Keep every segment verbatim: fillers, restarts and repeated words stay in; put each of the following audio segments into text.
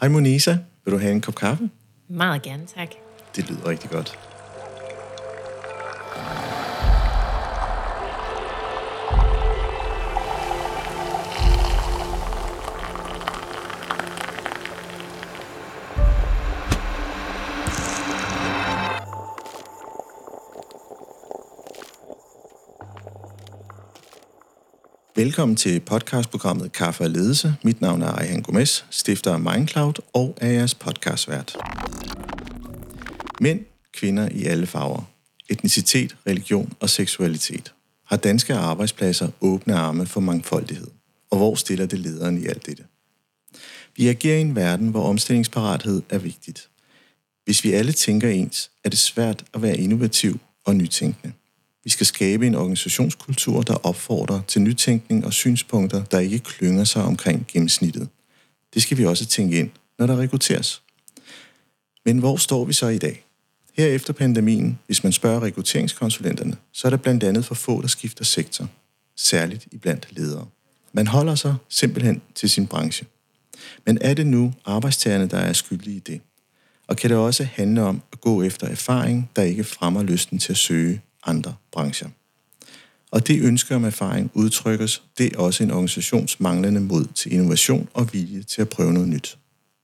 Hej Monisa, vil du have en kop kaffe? Meget gerne, tak. Det lyder rigtig godt. Velkommen til podcastprogrammet Kaffe og Ledelse. Mit navn er Ayhan Gomez, stifter af Mindcloud og er jeres podcastvært. Mænd, kvinder i alle farver, etnicitet, religion og seksualitet har danske arbejdspladser åbne arme for mangfoldighed. Og hvor stiller det lederen i alt dette? Vi agerer i en verden, hvor omstillingsparathed er vigtigt. Hvis vi alle tænker ens, er det svært at være innovativ og nytænkende. Vi skal skabe en organisationskultur, der opfordrer til nytænkning og synspunkter, der ikke klynger sig omkring gennemsnittet. Det skal vi også tænke ind, når der rekrutteres. Men hvor står vi så i dag? Her efter pandemien, hvis man spørger rekrutteringskonsulenterne, så er der blandt andet for få, der skifter sektor. Særligt iblandt ledere. Man holder sig simpelthen til sin branche. Men er det nu arbejdstagerne, der er skyldige i det? Og kan det også handle om at gå efter erfaring, der ikke fremmer lysten til at søge andre brancher? Og det ønske om erfaring udtrykkes, det er også en organisations manglende mod til innovation og vilje til at prøve noget nyt.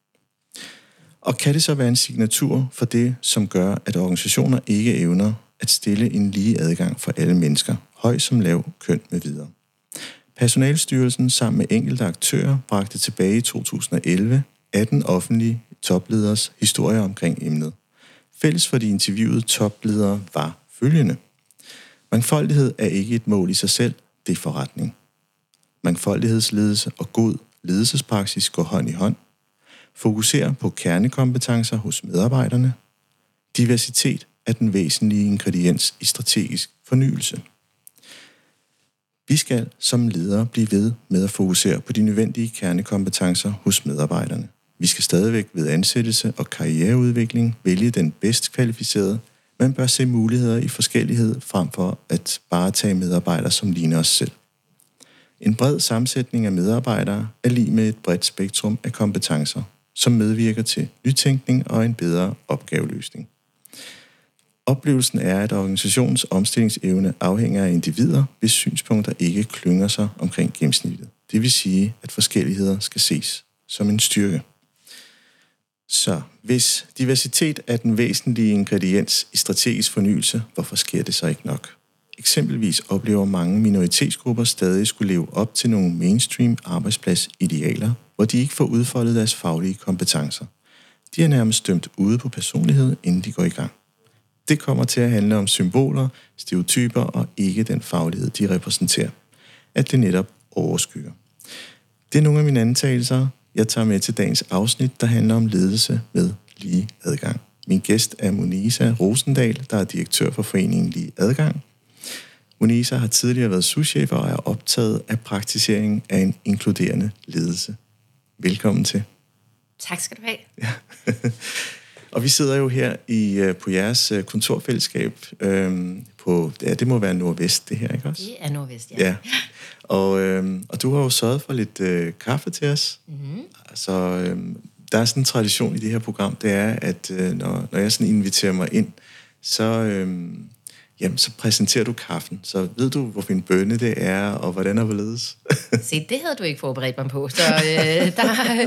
Og kan det så være en signatur for det, som gør, at organisationer ikke evner at stille en lige adgang for alle mennesker, høj som lav, køn med videre? Personalstyrelsen sammen med enkelte aktører bragte tilbage i to tusind og elleve atten offentlige topleders historier omkring emnet. Fælles for de interviewede topledere var følgende: mangfoldighed er ikke et mål i sig selv, det er forretning. Mangfoldighedsledelse og god ledelsespraksis går hånd i hånd. Fokuser på kernekompetencer hos medarbejderne. Diversitet er den væsentlige ingrediens i strategisk fornyelse. Vi skal som ledere blive ved med at fokusere på de nødvendige kernekompetencer hos medarbejderne. Vi skal stadigvæk ved ansættelse og karriereudvikling vælge den bedst kvalificerede. Man bør se muligheder i forskellighed frem for at bare tage medarbejdere, som ligner os selv. En bred sammensætning af medarbejdere er lig med et bredt spektrum af kompetencer, som medvirker til nytænkning og en bedre opgaveløsning. Oplevelsen er, at organisationens omstillingsevne afhænger af individer, hvis synspunkter ikke klynger sig omkring gennemsnittet. Det vil sige, at forskelligheder skal ses som en styrke. Så hvis diversitet er den væsentlige ingrediens i strategisk fornyelse, hvorfor sker det så ikke nok? Eksempelvis oplever mange minoritetsgrupper stadig skulle leve op til nogle mainstream arbejdspladsidealer, hvor de ikke får udfoldet deres faglige kompetencer. De er nærmest dømt ude på personlighed, inden de går i gang. Det kommer til at handle om symboler, stereotyper og ikke den faglighed, de repræsenterer. At det netop overskygger. Det er nogle af mine antagelser, jeg tager med til dagens afsnit, der handler om ledelse med lige adgang. Min gæst er Monisa Rosendal, der er direktør for foreningen Lige Adgang. Monisa har tidligere været souschef og er optaget af praktiseringen af en inkluderende ledelse. Velkommen til. Tak skal du have. Ja. Og vi sidder jo her i, på jeres kontorfællesskab øhm, på, ja, det må være Nordvest, det her, ikke også? Det er Nordvest, ja. Ja. Og, øhm, og du har jo sørget for lidt øh, kaffe til os. Mm-hmm. Altså, øhm, der er sådan en tradition i det her program, det er, at øh, når, når jeg sådan inviterer mig ind, så, øhm, jamen, så præsenterer du kaffen. Så ved du, hvorfor bønne det er, og hvordan er hvorledes? Se, det havde du ikke forberedt mig på. Så øh, der,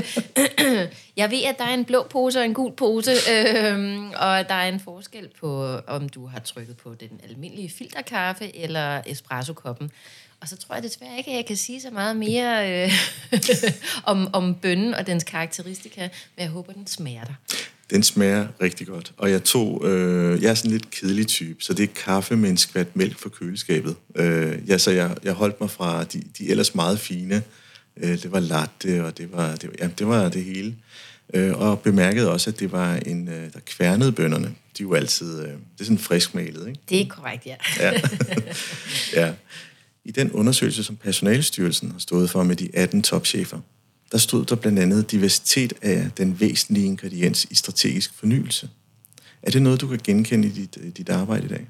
jeg ved, at der er en blå pose og en gul pose, øh, og der er en forskel på, om du har trykket på den almindelige filterkaffe eller espressokoppen. Og så tror jeg desværre ikke, at jeg kan sige så meget mere øh, om, om bønnen og dens karakteristika, men jeg håber, den smager dig. Den smager rigtig godt. Og jeg tog, øh, jeg er sådan lidt kedelig type, så det er kaffe med en skvat mælk fra køleskabet. Øh, ja, så jeg, jeg holdt mig fra de, de ellers meget fine. Øh, det var latte, og det var det, ja, det, var det hele. Øh, og bemærkede også, at det var en, øh, der kværnede bønnerne. De er jo altid, øh, det er sådan friskmalet, ikke? Det er korrekt, ja. Ja. Ja. I den undersøgelse, som Personalstyrelsen har stået for med de atten topchefer, der stod der blandt andet diversitet af den væsentlige ingrediens i strategisk fornyelse. Er det noget, du kan genkende i dit, dit arbejde i dag?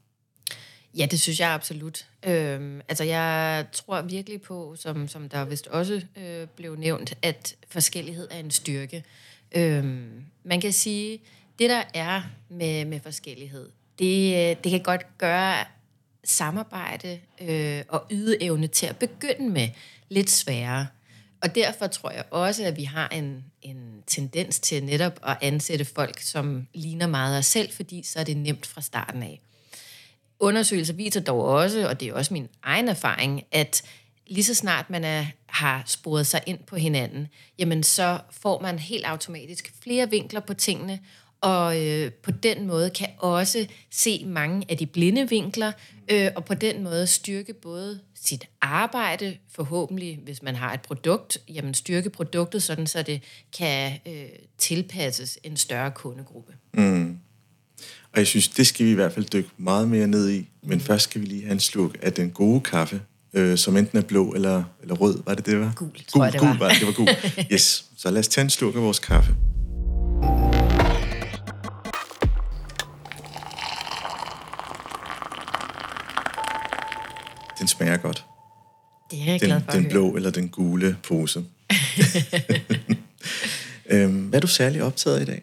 Ja, det synes jeg absolut. Øhm, altså, jeg tror virkelig på, som, som der vist også øh, blev nævnt, at forskellighed er en styrke. Øhm, man kan sige, det der er med, med forskellighed, det, det kan godt gøre samarbejde øh, og ydeevne til at begynde med lidt sværere. Og derfor tror jeg også, at vi har en, en tendens til netop at ansætte folk, som ligner meget os selv, fordi så er det nemt fra starten af. Undersøgelser viser dog også, og det er også min egen erfaring, at lige så snart man er, har sporet sig ind på hinanden, jamen så får man helt automatisk flere vinkler på tingene, og øh, på den måde kan også se mange af de blinde vinkler, øh, og på den måde styrke både sit arbejde, forhåbentlig, hvis man har et produkt, jamen styrke produktet, sådan så det kan øh, tilpasses en større kundegruppe. Mm. Og jeg synes, det skal vi i hvert fald dykke meget mere ned i, men mm. først skal vi lige have en slurk af den gode kaffe, øh, som enten er blå eller, eller rød, var det det, var? Gul, tror gul, jeg, det gul, var. var det, det var gul. Yes, så lad os tage en slurk af vores kaffe. Den smager godt. Det er jeg den, glad for den blå eller den gule pose. øhm, hvad er du særlig optaget af i dag?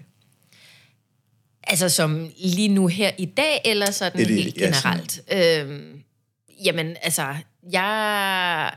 Altså som lige nu her i dag, eller sådan det, helt ja, generelt? Sådan. Øhm, jamen, altså, jeg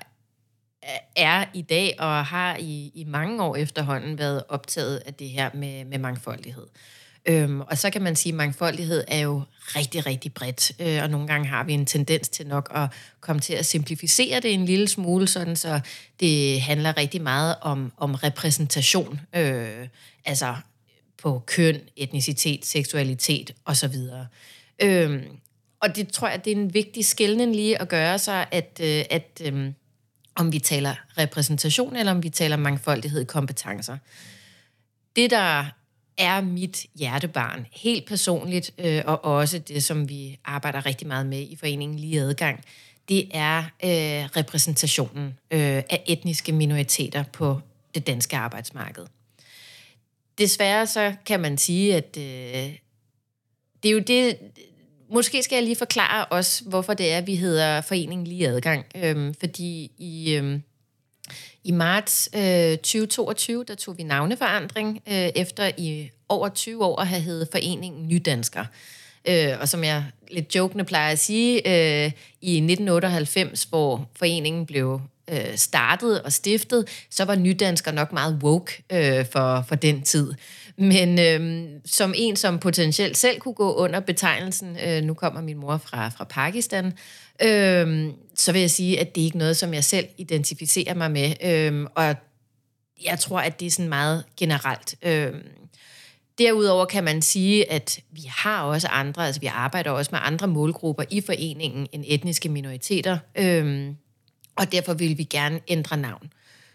er i dag, og har i, i mange år efterhånden været optaget af det her med, med mangfoldighed. Øhm, og så kan man sige, at mangfoldighed er jo rigtig, rigtig bredt, øh, og nogle gange har vi en tendens til nok at komme til at simplificere det en lille smule, sådan så det handler rigtig meget om, om repræsentation, øh, altså på køn, etnicitet, seksualitet osv. Øhm, og det tror jeg, det er en vigtig skelnen lige at gøre sig, at, øh, at øh, om vi taler repræsentation, eller om vi taler mangfoldighed i kompetencer. Det, der er mit hjertebarn, helt personligt, øh, og også det, som vi arbejder rigtig meget med i Foreningen Lige Adgang, det er øh, repræsentationen øh, af etniske minoriteter på det danske arbejdsmarked. Desværre så kan man sige, at øh, det er jo det. Måske skal jeg lige forklare også, hvorfor det er, at vi hedder Foreningen Lige Adgang. Øhm, fordi i, øhm, i marts øh, tyve toogtyve, der tog vi navneforandring, øh, efter i over tyve år at have heddet Foreningen Nydansker. Øh, og som jeg lidt jokende plejer at sige, øh, i nitten otteoghalvfems, hvor foreningen blev øh, startet og stiftet, så var nydansker nok meget woke øh, for, for den tid. Men øh, som en, som potentielt selv kunne gå under betegnelsen, øh, nu kommer min mor fra, fra Pakistan, øh, så vil jeg sige, at det er ikke noget, som jeg selv identificerer mig med. Øh, og jeg tror, at det er sådan meget generelt. Øh, Derudover kan man sige, at vi har også andre, altså vi arbejder også med andre målgrupper i foreningen end etniske minoriteter, øhm, og derfor vil vi gerne ændre navn.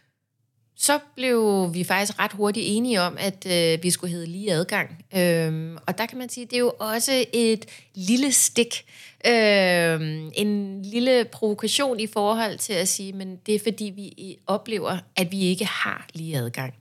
Så blev vi faktisk ret hurtigt enige om, at øh, vi skulle hedde Lige Adgang, øhm, og der kan man sige, at det er jo også et lille stik, øhm, en lille provokation i forhold til at sige, men det er fordi vi oplever, at vi ikke har lige adgang.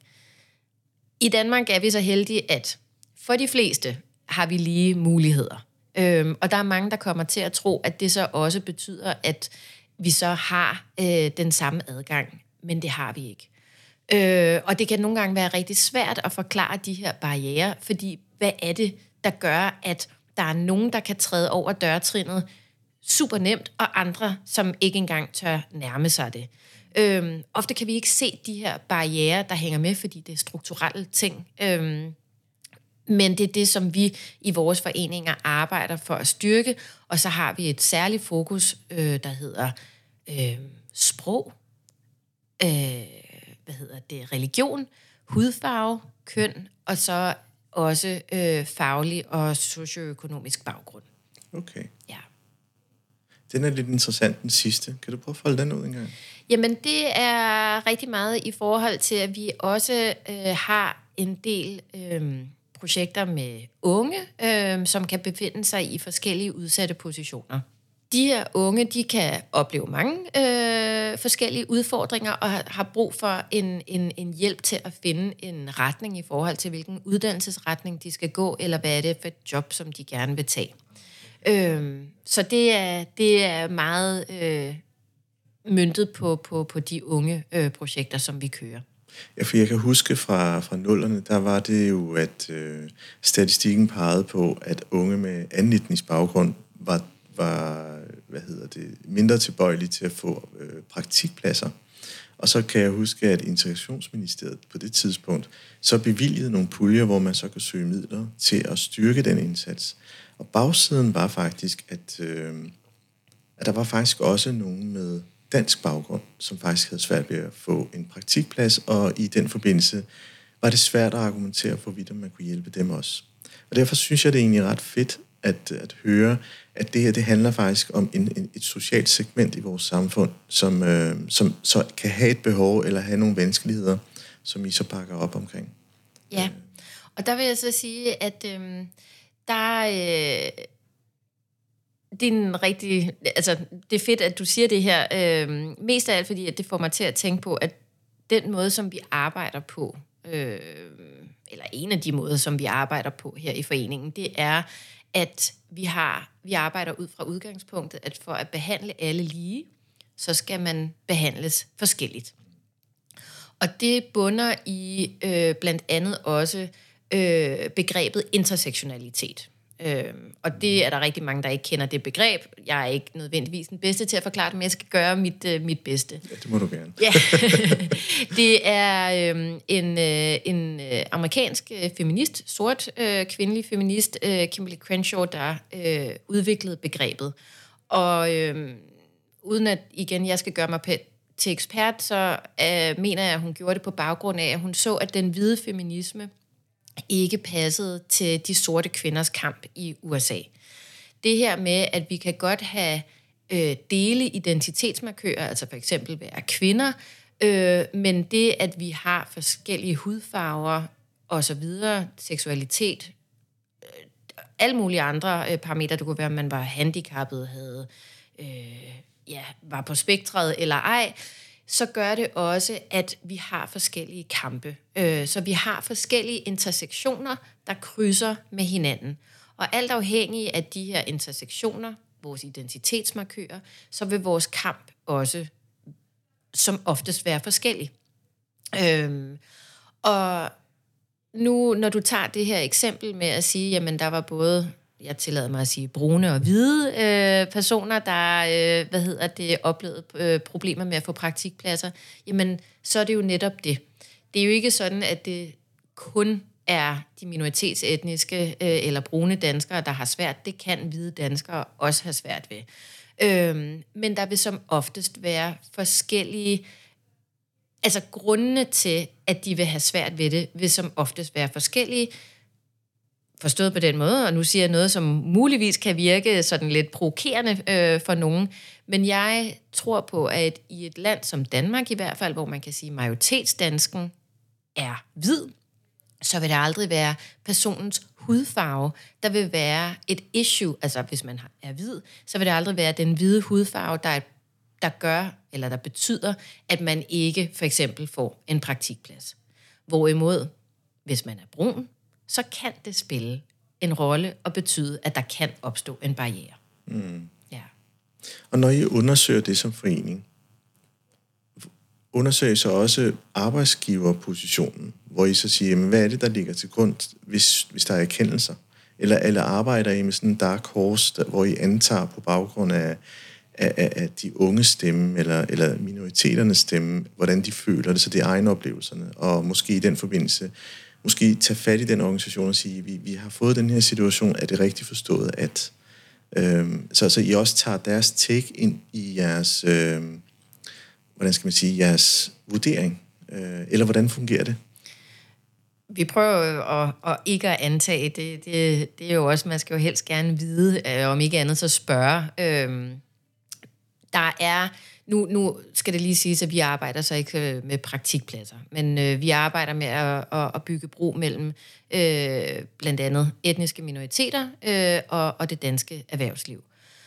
I Danmark er vi så heldige, at for de fleste har vi lige muligheder. Øhm, og der er mange, der kommer til at tro, at det så også betyder, at vi så har øh, den samme adgang. Men det har vi ikke. Øh, og det kan nogle gange være rigtig svært at forklare de her barrierer, fordi hvad er det, der gør, at der er nogen, der kan træde over dørtrinnet super nemt, og andre, som ikke engang tør nærme sig det. Øhm, ofte kan vi ikke se de her barrierer, der hænger med, fordi det er strukturelle ting. Øhm, men det er det, som vi i vores foreninger arbejder for at styrke. Og så har vi et særligt fokus, øh, der hedder øh, sprog, øh, hvad hedder det, religion, hudfarve, køn, og så også øh, faglig og socioøkonomisk baggrund. Okay. Ja. Den er lidt interessant, den sidste. Kan du prøve at folde den ud en gang? Jamen, det er rigtig meget i forhold til, at vi også øh, har en del øh, projekter med unge, øh, som kan befinde sig i forskellige udsatte positioner. De her unge, de kan opleve mange øh, forskellige udfordringer og har brug for en, en, en hjælp til at finde en retning i forhold til, hvilken uddannelsesretning de skal gå, eller hvad er det for et job, som de gerne vil tage. Øh, så det er, det er meget øh, møntet på, på, på de unge øh, projekter, som vi kører. Ja, for jeg kan huske fra, fra nullerne, der var det jo, at øh, statistikken pegede på, at unge med anden etnisk baggrund var, var hvad hedder det, mindre tilbøjelige til at få øh, praktikpladser. Og så kan jeg huske, at Integrationsministeriet på det tidspunkt så bevilgede nogle puljer, hvor man så kan søge midler til at styrke den indsats. Og bagsiden var faktisk, at, øh, at der var faktisk også nogen med dansk baggrund, som faktisk havde svært ved at få en praktikplads, og i den forbindelse var det svært at argumentere for, hvorvidt man kunne hjælpe dem også. Og derfor synes jeg, det er egentlig ret fedt at, at høre, at det her, det handler faktisk om en, en, et socialt segment i vores samfund, som, øh, som så kan have et behov eller have nogle vanskeligheder, som I så bakker op omkring. Ja, og der vil jeg så sige, at øh, der øh, det er en rigtig, altså det er fedt, at du siger det her, øh, mest af alt fordi, at det får mig til at tænke på, at den måde, som vi arbejder på, øh, eller en af de måder, som vi arbejder på her i foreningen, det er, at vi har, vi arbejder ud fra udgangspunktet, at for at behandle alle lige, så skal man behandles forskelligt. Og det bunder i øh, blandt andet også øh, begrebet intersektionalitet. Øh, og det er der rigtig mange, der ikke kender det begreb. Jeg er ikke nødvendigvis den bedste til at forklare det, men jeg skal gøre mit, øh, mit bedste. Ja, det må du gerne. Ja. Det er øh, en, øh, en øh, amerikansk øh, feminist, sort øh, kvindelig feminist, øh, Kimberly Crenshaw, der øh, udviklede begrebet. Og øh, uden at, igen, jeg skal gøre mig pæ- til ekspert, så øh, mener jeg, at hun gjorde det på baggrund af, at hun så, at den hvide feminisme ikke passede til de sorte kvinders kamp i U S A. Det her med, at vi kan godt have øh, dele identitetsmarkører, altså for eksempel være kvinder, øh, men det, at vi har forskellige hudfarver og så videre, seksualitet, øh, alle mulige andre øh, parametre, det kunne være, at man var handicappet, havde, øh, ja, var på spektret eller ej, så gør det også, at vi har forskellige kampe. Så vi har forskellige intersektioner, der krydser med hinanden. Og alt afhængig af de her intersektioner, vores identitetsmarkører, så vil vores kamp også som oftest være forskellig. Øhm, og nu, når du tager det her eksempel med at sige, jamen der var både, jeg tillader mig at sige, brune og hvide øh, personer, der øh, hvad hedder det, oplevede øh, problemer med at få praktikpladser, jamen så er det jo netop det. Det er jo ikke sådan, at det kun er de minoritetsetniske øh, eller brune danskere, der har svært. Det kan hvide danskere også have svært ved. Øhm, men der vil som oftest være forskellige, altså grundene til, at de vil have svært ved det, vil som oftest være forskellige, forstået på den måde, og nu siger jeg noget, som muligvis kan virke sådan lidt provokerende øh, for nogen, men jeg tror på, at i et land som Danmark i hvert fald, hvor man kan sige, at majoritetsdansken er hvid, så vil der aldrig være personens hudfarve, der vil være et issue, altså hvis man er hvid, så vil der aldrig være den hvide hudfarve, der, er, der gør, eller der betyder, at man ikke for eksempel får en praktikplads. Hvorimod, hvis man er brun, så kan det spille en rolle og betyde, at der kan opstå en barriere. Mm. Ja. Og når I undersøger det som forening, undersøger I så også arbejdsgiverpositionen, hvor I så siger, jamen, hvad er det, der ligger til grund, hvis, hvis der er erkendelser? Eller, eller arbejder I med sådan en dark horse, der, hvor I antager på baggrund af, af, af, af de unge stemme, eller, eller minoriteternes stemme, hvordan de føler det, så det er egne oplevelserne, og måske i den forbindelse måske tage fat i den organisation og sige, vi, vi har fået den her situation, er det rigtigt forstået, at øhm, så, så I også tager deres take ind i jeres, øhm, hvordan skal man sige, jeres vurdering, øh, eller hvordan fungerer det? Vi prøver at, at ikke at antage, det, det, det er jo også, man skal jo helst gerne vide, øh, om ikke andet så spørge. Øh, der er Nu, nu skal det lige siges, at vi arbejder så ikke med praktikpladser, men øh, vi arbejder med at, at, at bygge bro mellem øh, blandt andet etniske minoriteter øh, og, og det danske erhvervsliv.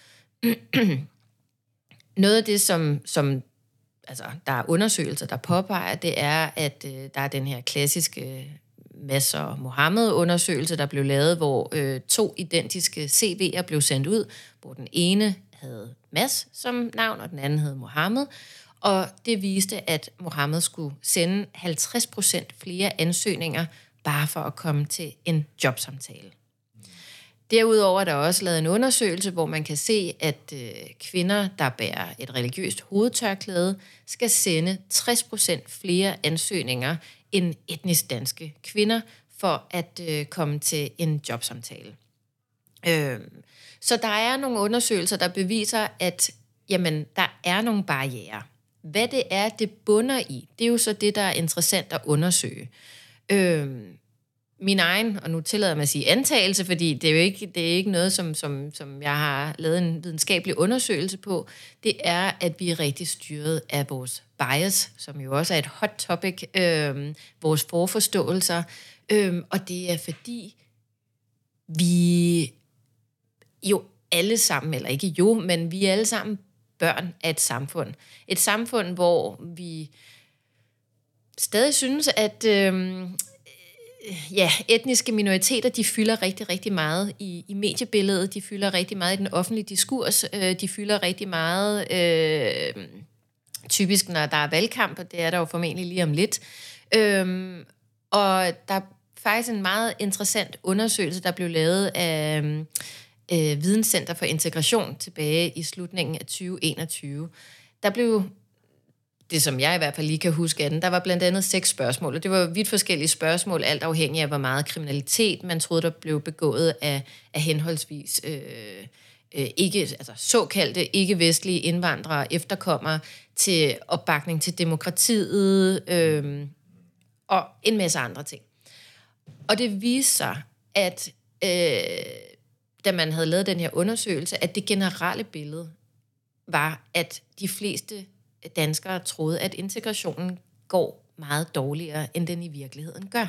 Noget af det, som, som altså, der er undersøgelser, der påpeger, det er, at øh, der er den her klassiske Mads og Mohammed-undersøgelse, der blev lavet, hvor øh, to identiske C V'er blev sendt ud, hvor den ene havde Mads som navn, og den anden hed Mohammed. Og det viste, at Mohammed skulle sende halvtreds procent flere ansøgninger, bare for at komme til en jobsamtale. Derudover er der også lavet en undersøgelse, hvor man kan se, at øh, kvinder, der bærer et religiøst hovedtørklæde, skal sende tres procent flere ansøgninger end etnisk danske kvinder, for at øh, komme til en jobsamtale. Øh, så der er nogle undersøgelser, der beviser, at jamen, der er nogle barrierer. Hvad det er, det bunder i, det er jo så det, der er interessant at undersøge. Øh, Min egen, og nu tillader jeg mig at sige antagelse, fordi det er jo ikke, det er ikke noget, som, som, som jeg har lavet en videnskabelig undersøgelse på, det er, at vi er rigtig styret af vores bias, som jo også er et hot topic, øh, vores forforståelser, øh, og det er fordi, vi jo alle sammen, eller ikke jo, men vi er alle sammen børn af et samfund. Et samfund, hvor vi stadig synes, at øh, ja, etniske minoriteter, de fylder rigtig, rigtig meget i, i mediebilledet, de fylder rigtig meget i den offentlige diskurs, øh, de fylder rigtig meget, øh, typisk når der er valgkamp, og det er der jo formentlig lige om lidt. Øh, og der er faktisk en meget interessant undersøgelse, der blev lavet af øh, Videnscenter for Integration tilbage i slutningen af tyve enogtyve. Der blev det, som jeg i hvert fald lige kan huske af den, der var blandt andet seks spørgsmål, og det var vidt forskellige spørgsmål, alt afhængig af, hvor meget kriminalitet man troede, der blev begået af, af henholdsvis øh, øh, ikke, altså såkaldte ikke-vestlige indvandrere, efterkommere, til opbakning til demokratiet øh, og en masse andre ting. Og det viste sig, at øh, da man havde lavet den her undersøgelse, at det generelle billede var, at de fleste danskere troede, at integrationen går meget dårligere, end den i virkeligheden gør.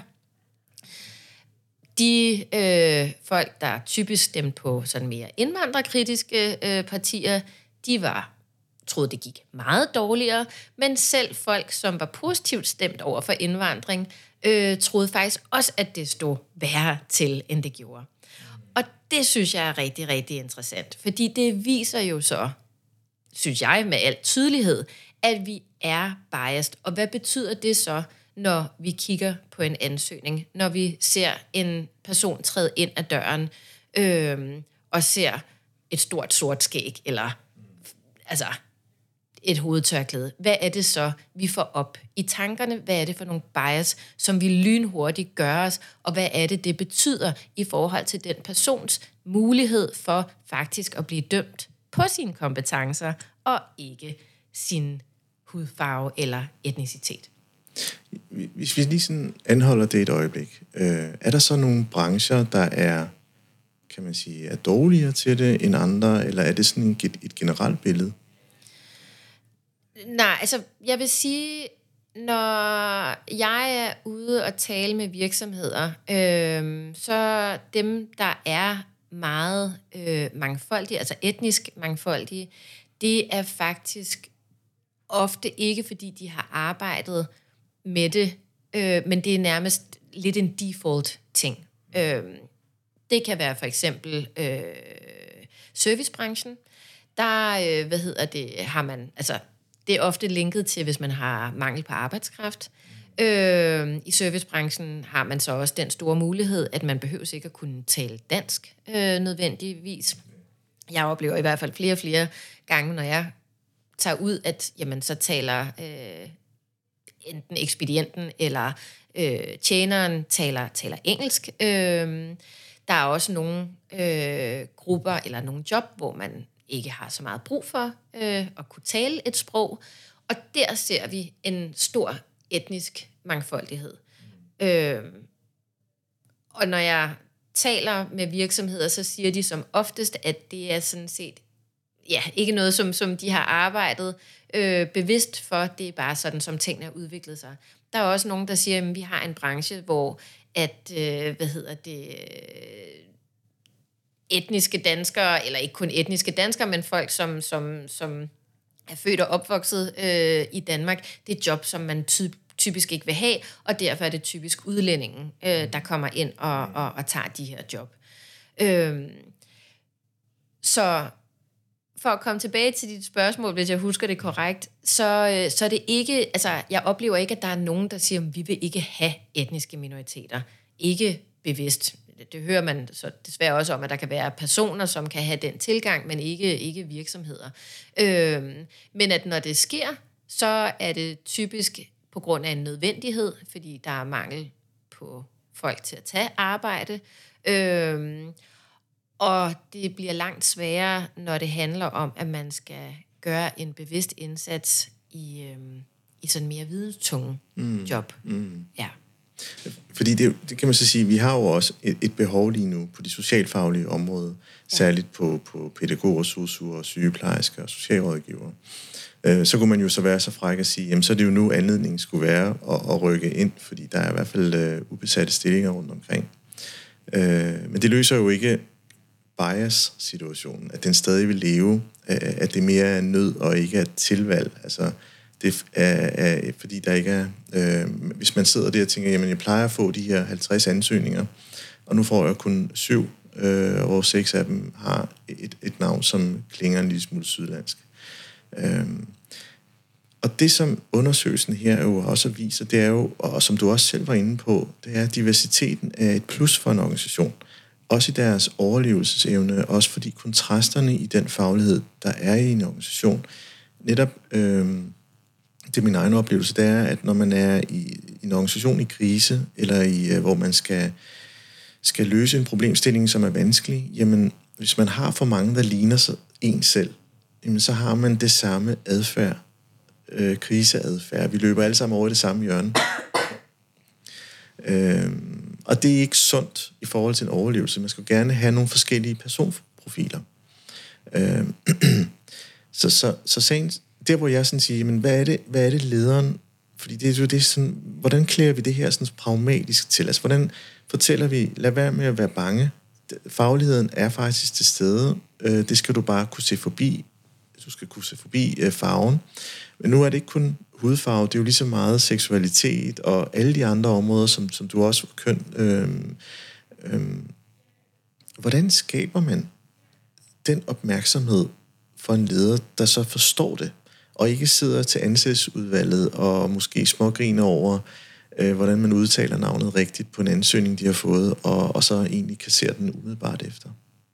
De øh, folk, der typisk stemte på sådan mere indvandrerkritiske øh, partier, de var troede, det gik meget dårligere, men selv folk, som var positivt stemt over for indvandring, øh, troede faktisk også, at det stod værre til, end det gjorde. Og det synes jeg er rigtig, rigtig interessant, fordi det viser jo så, synes jeg med al tydelighed, at vi er biased. Og hvad betyder det så, når vi kigger på en ansøgning, når vi ser en person træde ind ad døren øh, og ser et stort sort skæg, eller altså et hovedtørklæde. Hvad er det så, vi får op i tankerne? Hvad er det for nogle bias, som vi lynhurtigt gør os? Og hvad er det, det betyder i forhold til den persons mulighed for faktisk at blive dømt på sine kompetencer, og ikke sin hudfarve eller etnicitet? Hvis vi lige sådan anholder det et øjeblik, øh, er der så nogle brancher, der er, kan man sige, er dårligere til det end andre, eller er det sådan et, et generelt billede? Nej, altså jeg vil sige, når jeg er ude og tale med virksomheder, øh, så dem, der er meget øh, mangfoldige, altså etnisk mangfoldige, det er faktisk ofte ikke, fordi de har arbejdet med det, øh, men det er nærmest lidt en default ting. Øh, det kan være for eksempel øh, servicebranchen. Der, øh, hvad hedder det, har man, altså det er ofte linket til, hvis man har mangel på arbejdskraft. Øh, I servicebranchen har man så også den store mulighed, at man behøver ikke at kunne tale dansk øh, nødvendigvis. Jeg oplever i hvert fald flere og flere gange, når jeg tager ud, at jamen, så taler øh, enten ekspedienten eller øh, tjeneren taler, taler engelsk. Øh, der er også nogle øh, grupper eller nogle job, hvor man ikke har så meget brug for øh, at kunne tale et sprog. Og der ser vi en stor etnisk mangfoldighed. Mm. Øh, og når jeg taler med virksomheder, så siger de som oftest, at det er sådan set ja, ikke noget, som, som de har arbejdet øh, bevidst for. Det er bare sådan, som tingene har udviklet sig. Der er også nogen, der siger, at vi har en branche, hvor at, øh, hvad hedder det, etniske danskere, eller ikke kun etniske danskere, men folk, som, som, som er født og opvokset øh, i Danmark, det er job, som man ty- typisk ikke vil have, og derfor er det typisk udlændingen, øh, der kommer ind og, og, og tager de her job. Øh, så for at komme tilbage til dit spørgsmål, hvis jeg husker det korrekt, så, så er det ikke, altså jeg oplever ikke, at der er nogen, der siger, at vi vil ikke have etniske minoriteter. Ikke bevidst. Det hører man så desværre også om, at der kan være personer, som kan have den tilgang, men ikke, ikke virksomheder. Øhm, men at når det sker, så er det typisk på grund af en nødvendighed, fordi der er mangel på folk til at tage arbejde. Øhm, og det bliver langt sværere, når det handler om, at man skal gøre en bevidst indsats i, øhm, i sådan mere videnstunge mm. job. Mm. Ja. Fordi det, det kan man så sige, vi har jo også et, et behov lige nu på de socialfaglige områder, ja. Særligt på, på pædagoger, sosuer, sygeplejersker og socialrådgivere. Øh, så kunne man jo så være så fræk at sige, jamen så er det jo nu anledningen skulle være at, at rykke ind, fordi der er i hvert fald øh, ubesatte stillinger rundt omkring. Øh, men det løser jo ikke bias-situationen, at den stadig vil leve, øh, at det mere er nød og ikke er tilvalg. Altså det er, er fordi der ikke er... Øh, hvis man sidder der og tænker, jamen jeg plejer at få de her halvtreds ansøgninger, og nu får jeg kun syv, øh, og seks af dem har et, et navn, som klinger en lille smule sydlandsk. Øh, og det, som undersøgelsen her jo også viser, det er jo, og som du også selv var inde på, det er, at diversiteten er et plus for en organisation. Også i deres overlevelsesevne, også fordi kontrasterne i den faglighed, der er i en organisation, netop... Øh, det er min egen oplevelse, det er, at når man er i, i en organisation i krise, eller i, hvor man skal, skal løse en problemstilling, som er vanskelig, jamen, hvis man har for mange, der ligner sig en selv, jamen, så har man det samme adfærd, øh, kriseadfærd. Vi løber alle sammen over i det samme hjørne. øh, og det er ikke sundt i forhold til en overlevelse. Man skal gerne have nogle forskellige personprofiler. Øh, så, så, så sagen... Der, hvor jeg sådan siger, men hvad er det, hvad er det lederen, fordi det er jo det sådan, hvordan klæder vi det her sådan pragmatisk til? Altså, hvordan fortæller vi, lad være med at være bange. Fagligheden er faktisk til stede. Det skal du bare kunne se forbi. Du skal kunne se forbi farven. Men nu er det ikke kun hudfarve, det er jo lige så meget seksualitet og alle de andre områder, som, som du også køn. Øhm, øhm, hvordan skaber man den opmærksomhed for en leder, der så forstår det, og ikke sidder til ansættelsesudvalget og måske smågriner over, øh, hvordan man udtaler navnet rigtigt på en ansøgning, de har fået, og, og så egentlig kasserer den umiddelbart efter?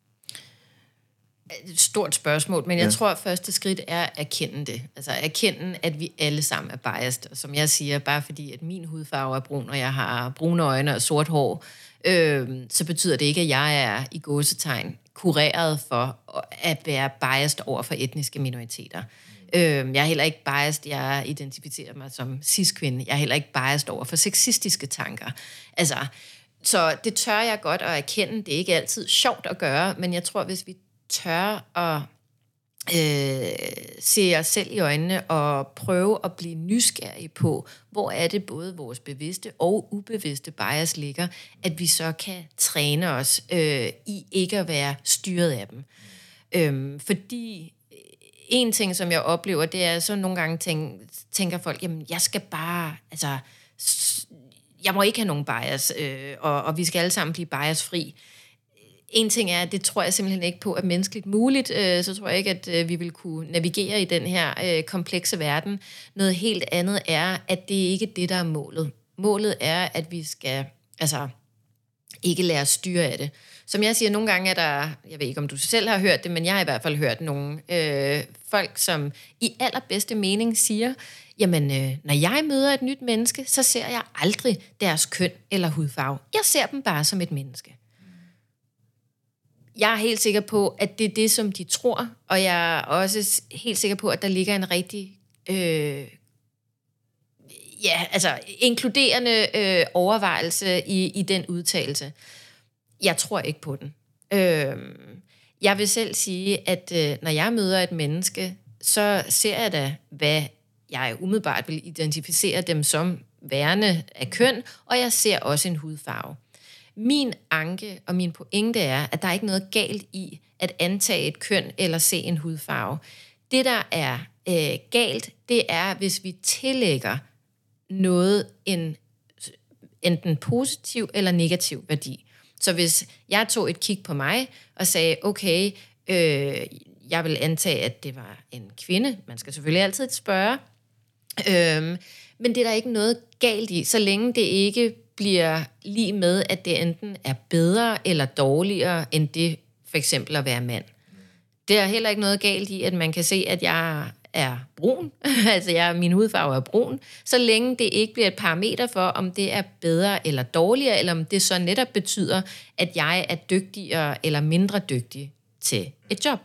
Et stort spørgsmål, men jeg ja. tror, at første skridt er at erkende det. Altså erkende, at vi alle sammen er biased. Og som jeg siger, bare fordi at min hudfarve er brun, og jeg har brune øjne og sort hår, øh, så betyder det ikke, at jeg er i gåsetegn kureret for at være biased over for etniske minoriteter. Mm. Øh, jeg er heller ikke biased, jeg identificerer mig som cis-kvinde. Jeg er heller ikke biased over for sexistiske tanker. Altså, så det tør jeg godt at erkende. Det er ikke altid sjovt at gøre, men jeg tror, hvis vi tør at øh, se os selv i øjnene og prøve at blive nysgerrige på, hvor er det både vores bevidste og ubevidste bias ligger, at vi så kan træne os øh, i ikke at være styret af dem. Øhm, fordi en ting, som jeg oplever, det er så nogle gange tænk, tænker folk, jamen jeg skal bare, altså jeg må ikke have nogen bias, øh, og, og vi skal alle sammen blive biasfri. En ting er, at det tror jeg simpelthen ikke på er menneskeligt muligt, øh, så tror jeg ikke, at øh, vi vil kunne navigere i den her øh, komplekse verden. Noget helt andet er, at det ikke er det, der er målet. Målet er, at vi skal altså ikke lade os styre af det. Som jeg siger, nogle gange er der, jeg ved ikke, om du selv har hørt det, men jeg har i hvert fald hørt nogle øh, folk, som i allerbedste mening siger, jamen, øh, når jeg møder et nyt menneske, så ser jeg aldrig deres køn eller hudfarve. Jeg ser dem bare som et menneske. Jeg er helt sikker på, at det er det, som de tror, og jeg er også helt sikker på, at der ligger en rigtig øh, ja, altså inkluderende øh, overvejelse i, i den udtalelse. Jeg tror ikke på den. Øh, jeg vil selv sige, at øh, når jeg møder et menneske, så ser jeg da, hvad jeg umiddelbart vil identificere dem som værende af køn, og jeg ser også en hudfarve. Min anke og min pointe er, at der er ikke noget galt i at antage et køn eller se en hudfarve. Det, der er øh, galt, det er, hvis vi tillægger noget en enten positiv eller negativ værdi. Så hvis jeg tog et kig på mig og sagde, okay, øh, jeg vil antage, at det var en kvinde. Man skal selvfølgelig altid spørge. Øhm, men det er der ikke noget galt i, så længe det ikke bliver lige med, at det enten er bedre eller dårligere, end det for eksempel at være mand. Det er heller ikke noget galt i, at man kan se, at jeg er brun, altså jeg, min hudfarve er brun, så længe det ikke bliver et parameter for, om det er bedre eller dårligere, eller om det så netop betyder, at jeg er dygtigere eller mindre dygtig til et job.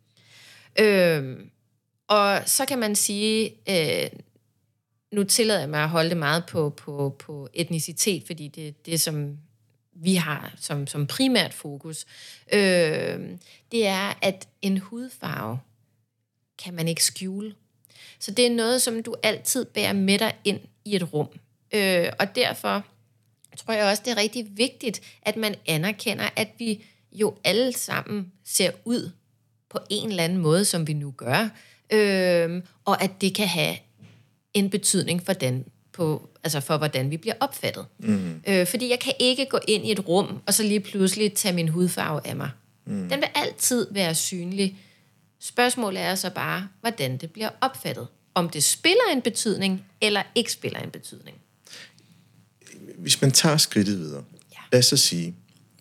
Øhm, og så kan man sige, øh, nu tillader jeg mig at holde det meget på, på, på etnicitet, fordi det er det, som vi har som, som primært fokus. Øh, det er, at en hudfarve kan man ikke skjule. Så det er noget, som du altid bærer med dig ind i et rum. Øh, og derfor tror jeg også, det er rigtig vigtigt, at man anerkender, at vi jo alle sammen ser ud på en eller anden måde, som vi nu gør, øh, og at det kan have en betydning for den, på, altså for hvordan vi bliver opfattet. Mm. Øh, fordi jeg kan ikke gå ind i et rum, og så lige pludselig tage min hudfarve af mig. Mm. Den vil altid være synlig. Spørgsmålet er så bare, hvordan det bliver opfattet. Om det spiller en betydning, eller ikke spiller en betydning. Hvis man tager skridtet videre, ja. Lad os så sige,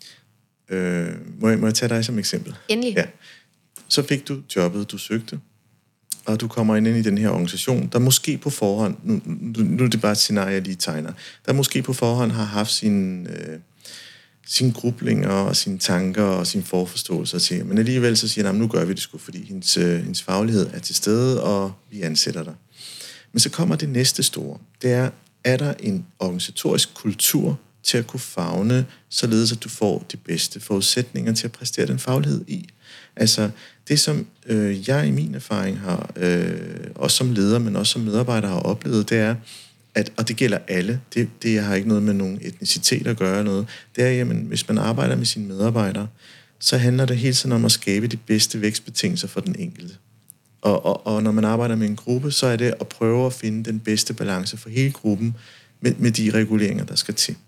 øh, må, jeg, må jeg tage dig som eksempel? Endelig. Ja. Så fik du jobbet, du søgte, og du kommer ind i den her organisation, der måske på forhånd, nu, nu, nu er det bare et scenarie, jeg lige tegner, der måske på forhånd har haft sin, øh, sine grublinger og sine tanker og sine forforståelser til, men alligevel så siger han, nu gør vi det sgu, fordi hendes, øh, hendes faglighed er til stede, og vi ansætter dig. Men så kommer det næste store, det er, er der en organisatorisk kultur til at kunne favne, således at du får de bedste forudsætninger til at præstere den faglighed i. Altså, det som øh, jeg i min erfaring har, øh, også som leder, men også som medarbejder har oplevet, det er, at, og det gælder alle, det, det har ikke noget med nogen etnicitet at gøre noget, det er, jamen, hvis man arbejder med sine medarbejdere, så handler det hele tiden om at skabe de bedste vækstbetingelser for den enkelte. Og, og, og når man arbejder med en gruppe, så er det at prøve at finde den bedste balance for hele gruppen, med, med de reguleringer, der skal til.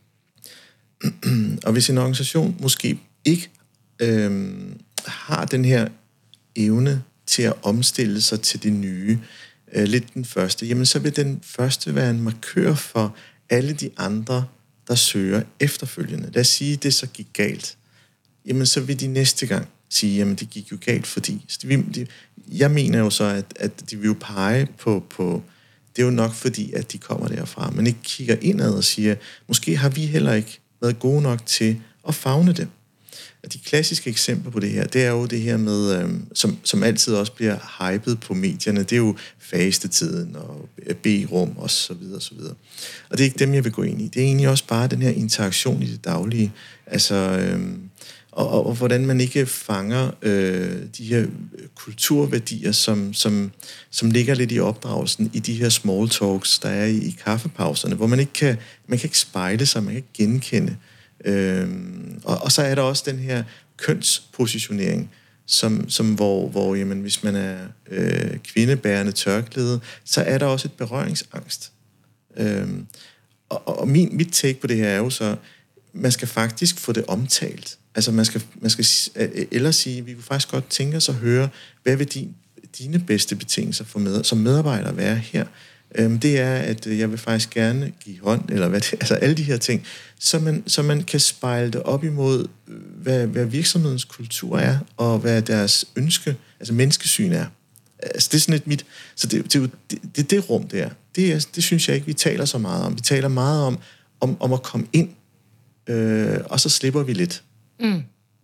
Og hvis en organisation måske ikke øh, har den her evne til at omstille sig til det nye, øh, lidt den første, jamen så vil den første være en markør for alle de andre, der søger efterfølgende. Lad os sige, at det så gik galt. Jamen så vil de næste gang sige, jamen det gik jo galt, fordi... Jeg mener jo så, at, at de vil jo pege på... på det er jo nok fordi, at de kommer derfra, men ikke kigger indad og siger, måske har vi heller ikke været gode nok til at favne det. De klassiske eksempler på det her, det er jo det her med, øhm, som, som altid også bliver hypet på medierne, det er jo fastetiden og B-rum og så videre, og så videre. Og det er ikke dem, jeg vil gå ind i. Det er egentlig også bare den her interaktion i det daglige, altså, øhm, og, og, og hvordan man ikke fanger øh, de her kulturværdier, som, som, som ligger lidt i opdragelsen i de her small talks, der er i, i kaffepauserne, hvor man ikke kan, man kan ikke spejle sig, man kan ikke genkende. Øhm, og, og så er der også den her kønspositionering, som, som hvor, hvor jamen, hvis man er øh, kvindebærende tørklæde, så er der også et berøringsangst. Øhm, og og min, mit take på det her er jo så, man skal faktisk få det omtalt. Altså man skal, man skal ellers sige, vi kunne faktisk godt tænke os at høre, hvad vil din, dine bedste betingelser for med, som medarbejder være her? Øhm, det er, at jeg vil faktisk gerne give hånd, eller hvad det, altså alle de her ting, så man, så man kan spejle det op imod, hvad, hvad virksomhedens kultur er, og hvad deres ønske, altså menneskesyn er. Altså det er sådan et mit, så det, det, det, det, det rum der, det, er, det synes jeg ikke, vi taler så meget om. Vi taler meget om, om, om at komme ind, øh, og så slipper vi lidt. Mm.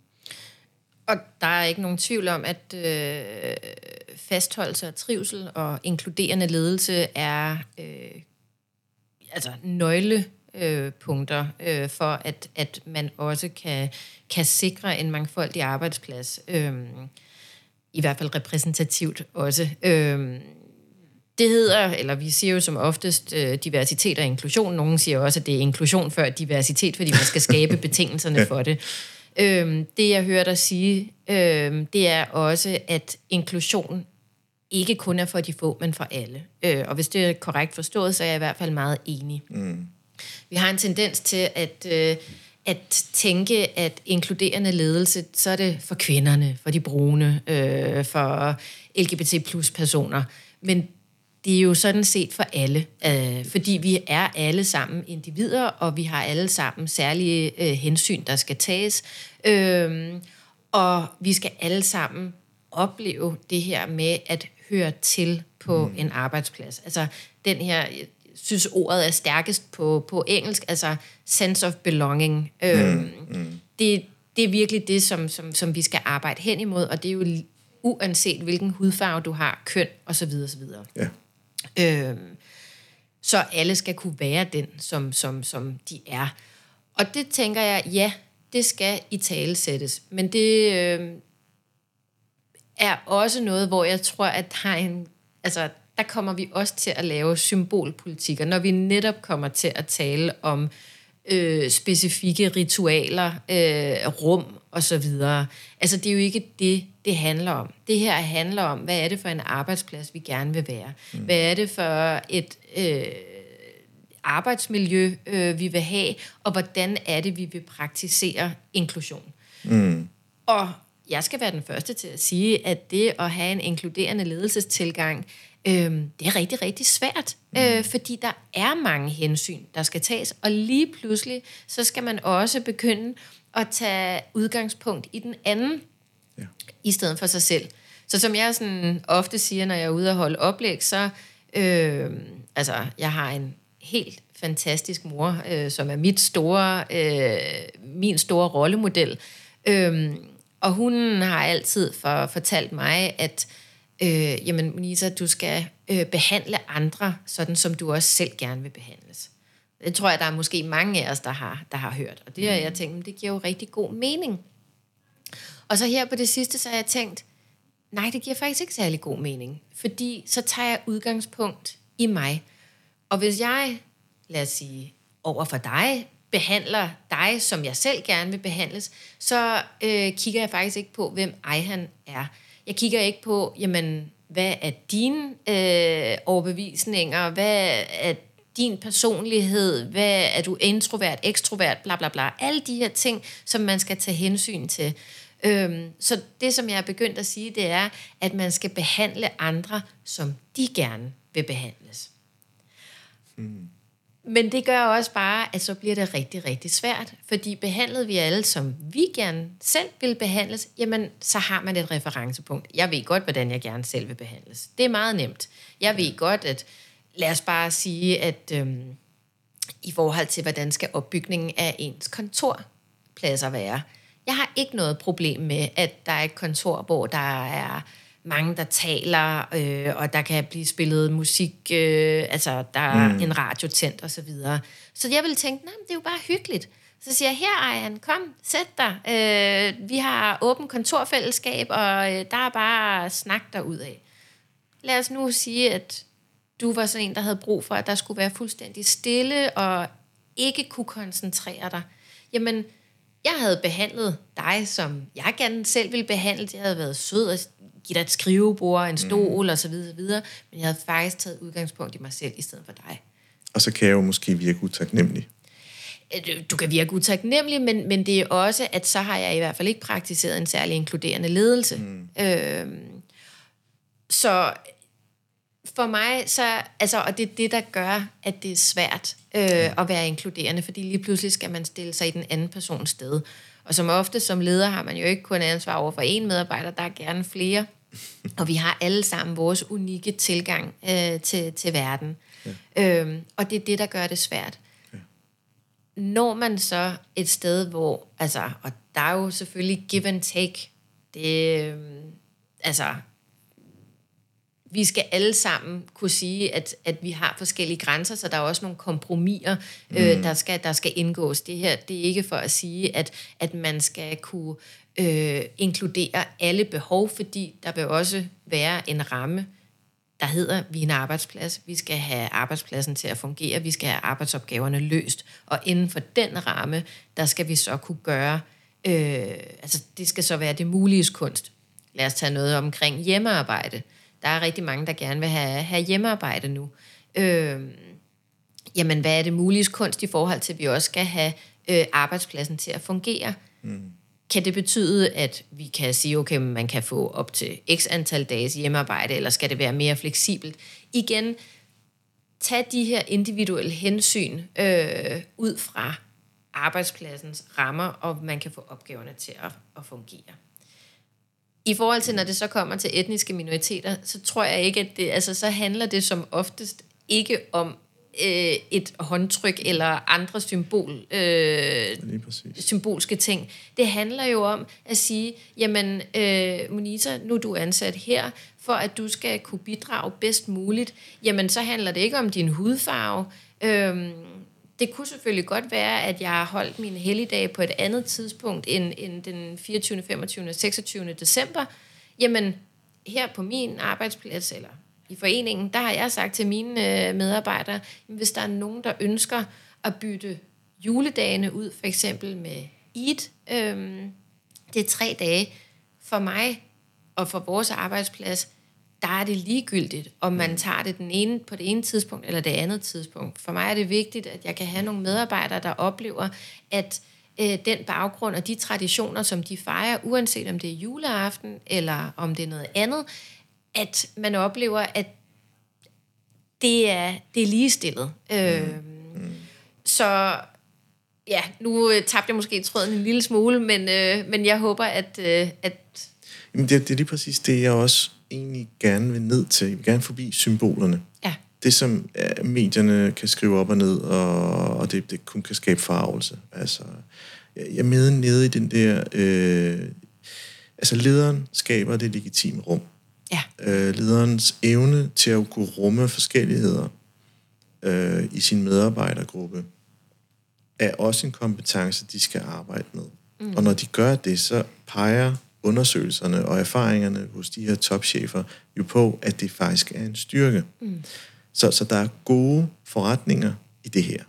Og der er ikke nogen tvivl om, at øh, fastholdelse og trivsel og inkluderende ledelse er øh, altså nøglepunkter øh, øh, for, at, at man også kan, kan sikre en mangfoldig arbejdsplads. Øh, I hvert fald repræsentativt også. Øh, det hedder, eller vi siger jo som oftest øh, diversitet og inklusion. Nogle siger også, at det er inklusion før diversitet, fordi man skal skabe betingelserne for det. Øhm, det, jeg hører dig sige, øhm, det er også, at inklusion ikke kun er for de få, men for alle. Øh, og hvis det er korrekt forstået, så er jeg i hvert fald meget enig. Mm. Vi har en tendens til, at, øh, at tænke, at inkluderende ledelse, så er det for kvinderne, for de brune, øh, for L G B T plus personer. Men det er jo sådan set for alle, øh, fordi vi er alle sammen individer, og vi har alle sammen særlige øh, hensyn, der skal tages. Øh, og vi skal alle sammen opleve det her med at høre til på mm. en arbejdsplads. Altså den her, jeg synes ordet er stærkest på, på engelsk, altså sense of belonging. Mm. Øh, mm. Det, det er virkelig det, som, som, som vi skal arbejde hen imod, og det er jo uanset hvilken hudfarve du har, køn osv. osv. Ja. Øhm, så alle skal kunne være den, som, som, som de er. Og det tænker jeg, ja, det skal i tale sættes. Men det øh, er også noget, hvor jeg tror, at der, er en, altså, der kommer vi også til at lave symbolpolitikker, når vi netop kommer til at tale om øh, specifikke ritualer, øh, rum og så videre. Altså, det er jo ikke det, det handler om. Det her handler om, hvad er det for en arbejdsplads, vi gerne vil være? Mm. Hvad er det for et øh, arbejdsmiljø, øh, vi vil have? Og hvordan er det, vi vil praktisere inklusion? Mm. Og jeg skal være den første til at sige, at det at have en inkluderende ledelsestilgang, øh, det er rigtig, rigtig svært. Mm. Øh, fordi der er mange hensyn, der skal tages. Og lige pludselig, så skal man også begynde at tage udgangspunkt i den anden, ja. I stedet for sig selv. Så som jeg sådan ofte siger, når jeg er ude og holde oplæg, så, øh, altså, jeg har en helt fantastisk mor, øh, som er mit store, øh, min store rollemodel. Øh, og hun har altid for, fortalt mig, at øh, jamen, Monisa, du skal øh, behandle andre, sådan som du også selv gerne vil behandles. Det tror jeg, der er måske mange af os, der har, der har hørt. Og det har jeg tænkt, det giver jo rigtig god mening. Og så her på det sidste, så har jeg tænkt, nej, det giver faktisk ikke særlig god mening. Fordi så tager jeg udgangspunkt i mig. Og hvis jeg, lad os sige, over for dig, behandler dig, som jeg selv gerne vil behandles, så øh, kigger jeg faktisk ikke på, hvem Ejhan er. Jeg kigger ikke på, jamen, hvad er dine øh, overbevisninger? Hvad er din personlighed? Hvad er du introvert, ekstrovert, bla bla bla. Alle de her ting, som man skal tage hensyn til. Øhm, så det, som jeg er begyndt at sige, det er, at man skal behandle andre, som de gerne vil behandles. Hmm. Men det gør også bare, at så bliver det rigtig, rigtig svært. Fordi behandlede vi alle, som vi gerne selv vil behandles, jamen, så har man et referencepunkt. Jeg ved godt, hvordan jeg gerne selv vil behandles. Det er meget nemt. Jeg ved godt, at lad os bare sige, at øhm, i forhold til, hvordan skal opbygningen af ens kontorpladser være. Jeg har ikke noget problem med, at der er et kontor, hvor der er mange, der taler, øh, og der kan blive spillet musik, øh, altså der er mm. en radio tændt og så videre. Så jeg ville tænke, nej, det er jo bare hyggeligt. Så siger jeg, her Ejhan, kom, sæt dig. Øh, vi har åbent kontorfællesskab, og øh, der er bare snak derudad. Lad os nu sige, at du var sådan en, der havde brug for, at der skulle være fuldstændig stille, og ikke kunne koncentrere dig. Jamen, jeg havde behandlet dig, som jeg gerne selv ville behandle. Jeg havde været sød og give dig et skrivebord, en stol, mm. og så videre, så videre. Men jeg havde faktisk taget udgangspunkt i mig selv, i stedet for dig. Og så kan jeg jo måske virke utaknemmelig. Du kan virke utaknemmelig, men, men det er også, at så har jeg i hvert fald ikke praktiseret en særlig inkluderende ledelse. Mm. Øhm, så for mig, så, altså, og det er det, der gør, at det er svært øh, at være inkluderende, fordi lige pludselig skal man stille sig i den anden persons sted. Og som ofte som leder har man jo ikke kun ansvar over for én medarbejder, der er gerne flere. Og vi har alle sammen vores unikke tilgang øh, til, til verden. Ja. Øhm, og det er det, der gør det svært. Ja. Når man så et sted, hvor, altså, og der er jo selvfølgelig give and take, det, øh, altså, vi skal alle sammen kunne sige, at, at vi har forskellige grænser, så der er også nogle kompromiser, mm. øh, der, skal, der skal indgås. Det her, det er ikke for at sige, at, at man skal kunne øh, inkludere alle behov, fordi der vil også være en ramme, der hedder, vi er en arbejdsplads. Vi skal have arbejdspladsen til at fungere. Vi skal have arbejdsopgaverne løst. Og inden for den ramme, der skal vi så kunne gøre, øh, altså det skal så være det muliges kunst. Lad os tage noget omkring hjemmearbejde. Der er rigtig mange, der gerne vil have, have hjemmearbejde nu. Øh, jamen, hvad er det muliges kunst i forhold til, at vi også skal have øh, arbejdspladsen til at fungere. Mm. Kan det betyde, at vi kan sige, okay, man kan få op til x antal dages hjemmearbejde, eller skal det være mere fleksibelt? Igen, tag de her individuelle hensyn øh, ud fra arbejdspladsens rammer, og man kan få opgaverne til at, at fungere. I forhold til, når det så kommer til etniske minoriteter, så tror jeg ikke, at det, altså så handler det som oftest ikke om øh, et håndtryk eller andre symbol, øh, symbolske ting. Det handler jo om at sige, jamen øh, Monita, nu er du ansat her, for at du skal kunne bidrage bedst muligt. Jamen så handler det ikke om din hudfarve. Øh, det kunne selvfølgelig godt være, at jeg har holdt mine helligdage på et andet tidspunkt end, end den fireogtyvende, femogtyvende og seksogtyvende december. Jamen her på min arbejdsplads, eller i foreningen, der har jeg sagt til mine øh, medarbejdere, hvis der er nogen, der ønsker at bytte juledagene ud, for eksempel med Eid, øh, det er tre dage. For mig og for vores arbejdsplads, der er det ligegyldigt, om man tager det den ene, på det ene tidspunkt eller det andet tidspunkt. For mig er det vigtigt, at jeg kan have nogle medarbejdere, der oplever, at øh, den baggrund og de traditioner, som de fejrer, uanset om det er juleaften eller om det er noget andet, at man oplever, at det er, det er ligestillet. Mm. Øh, mm. Så ja, nu tabte jeg måske tråden en lille smule, men, øh, men jeg håber, at... Øh, at Jamen det, det er lige præcis det, jeg også egentlig gerne vil ned til. Jeg vil gerne forbi symbolerne. Ja. Det, som ja, medierne kan skrive op og ned, og, og det, det kun kan skabe forargelse. Altså, jeg, jeg er med nede i den der... Øh, altså, lederen skaber det legitime rum. Ja. Øh, lederens evne til at kunne rumme forskelligheder øh, i sin medarbejdergruppe er også en kompetence, de skal arbejde med. Mm. Og når de gør det, så peger undersøgelserne og erfaringerne hos de her topchefer jo på, at det faktisk er en styrke. Mm. Så, så der er gode forretninger i det her.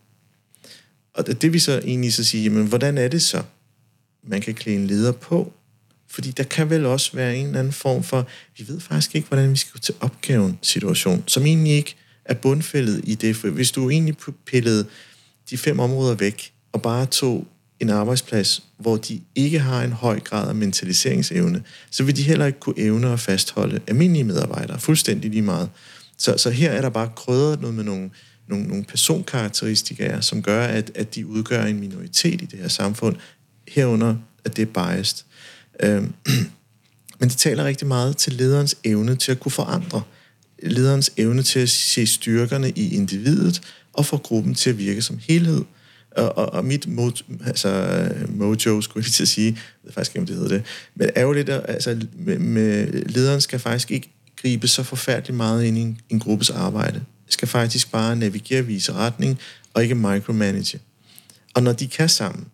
Og det, det vi så egentlig så sige, jamen, hvordan er det så, man kan klæde en leder på? Fordi der kan vel også være en eller anden form for, vi ved faktisk ikke, hvordan vi skal gå til opgaven situation, som egentlig ikke er bundfældet i det. For hvis du egentlig pillede de fem områder væk, og bare tog en arbejdsplads, hvor de ikke har en høj grad af mentaliseringsevne, så vil de heller ikke kunne evne at fastholde almindelige medarbejdere, fuldstændig lige meget. Så, så her er der bare krydret noget med nogle, nogle, nogle personkarakteristika, som gør, at, at de udgør en minoritet i det her samfund, herunder, at det er biased. Øhm, men det taler rigtig meget til lederens evne til at kunne forandre, lederens evne til at se styrkerne i individet, og få gruppen til at virke som helhed. Og, og, og mit mo, altså, mojo, skulle jeg lige til at sige, jeg ved faktisk ikke, om det hedder det, men er jo lidt, altså, med, med, lederen skal faktisk ikke gribe så forfærdeligt meget ind i en, en gruppes arbejde. Skal faktisk bare navigere, vise retning, og ikke micromanage. Og når de kan sammen,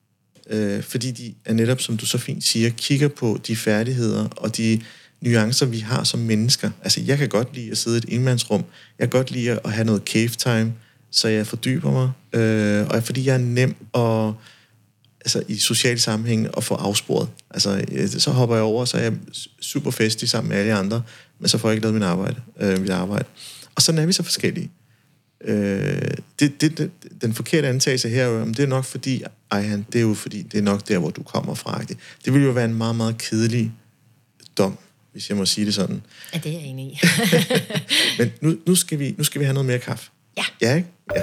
øh, fordi de er netop, som du så fint siger, kigger på de færdigheder og de nuancer, vi har som mennesker. Altså, jeg kan godt lide at sidde i et enmandsrum. Jeg kan godt lide at have noget cave time, så jeg fordyber mig. Øh, og fordi jeg er nem og altså, i sociale sammenhænge at få afsporet. Altså, så hopper jeg over, så er jeg super festlig sammen med alle andre, men så får jeg ikke lavet min arbejde, øh, mit arbejde. Og sådan er vi så forskellige. Øh, det, det, det, den forkerte antagelse her, jo, det er nok fordi, Ayhan, det er jo fordi, det er nok der, hvor du kommer fra. Det, det vil jo være en meget, meget kedelig dom, hvis jeg må sige det sådan. Ja, det er jeg enig i. Men nu, nu, skal vi, nu skal vi have noget mere kaffe. Ja. Ja, ikke? Ja.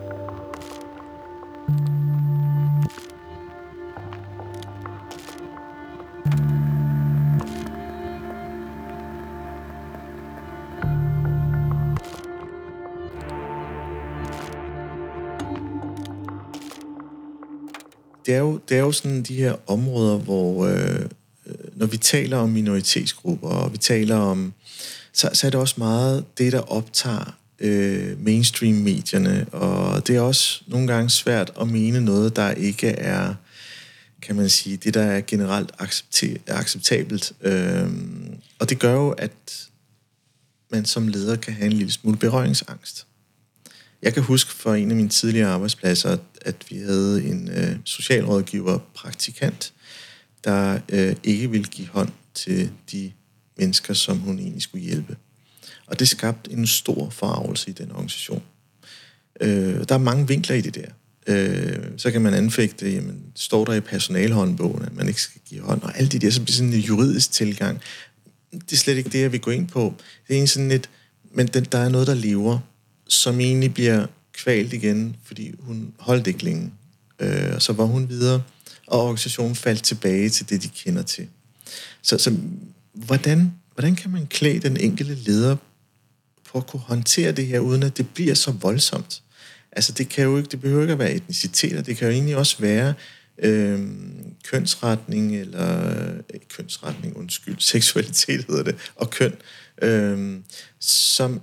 Det er, jo, det er jo sådan de her områder, hvor øh, når vi taler om minoritetsgrupper, og vi taler om, så, så er det også meget det, der optager øh, mainstream-medierne, og det er også nogle gange svært at mene noget, der ikke er, kan man sige, det, der er generelt accepte- acceptabelt. Øh, og det gør jo, at man som leder kan have en lille smule berøringsangst. Jeg kan huske fra en af mine tidligere arbejdspladser, at vi havde en øh, socialrådgiver praktikant, der øh, ikke ville give hånd til de mennesker, som hun egentlig skulle hjælpe. Og det skabte en stor forargelse i den organisation. Øh, der er mange vinkler i det der. øh, så kan man anfægte, jamen, står der i personalehåndbogen, at man ikke skal give hånd, og alt det der, så bliver sådan en juridisk tilgang. Det er slet ikke det, jeg vil gå ind på. Det er egentlig sådan lidt, men den, der er noget, der lever, som egentlig bliver kvalt igen, fordi hun holdt ikke længe. Øh, og så var hun videre, og organisationen faldt tilbage til det, de kender til. Så, så hvordan, hvordan kan man klæde den enkelte leder på at kunne håndtere det her, uden at det bliver så voldsomt? Altså, det kan jo ikke, det behøver ikke at være etniciteter, det kan jo egentlig også være øh, kønsretning, eller øh, kønsretning, undskyld, seksualitet hedder det, og køn, øh, som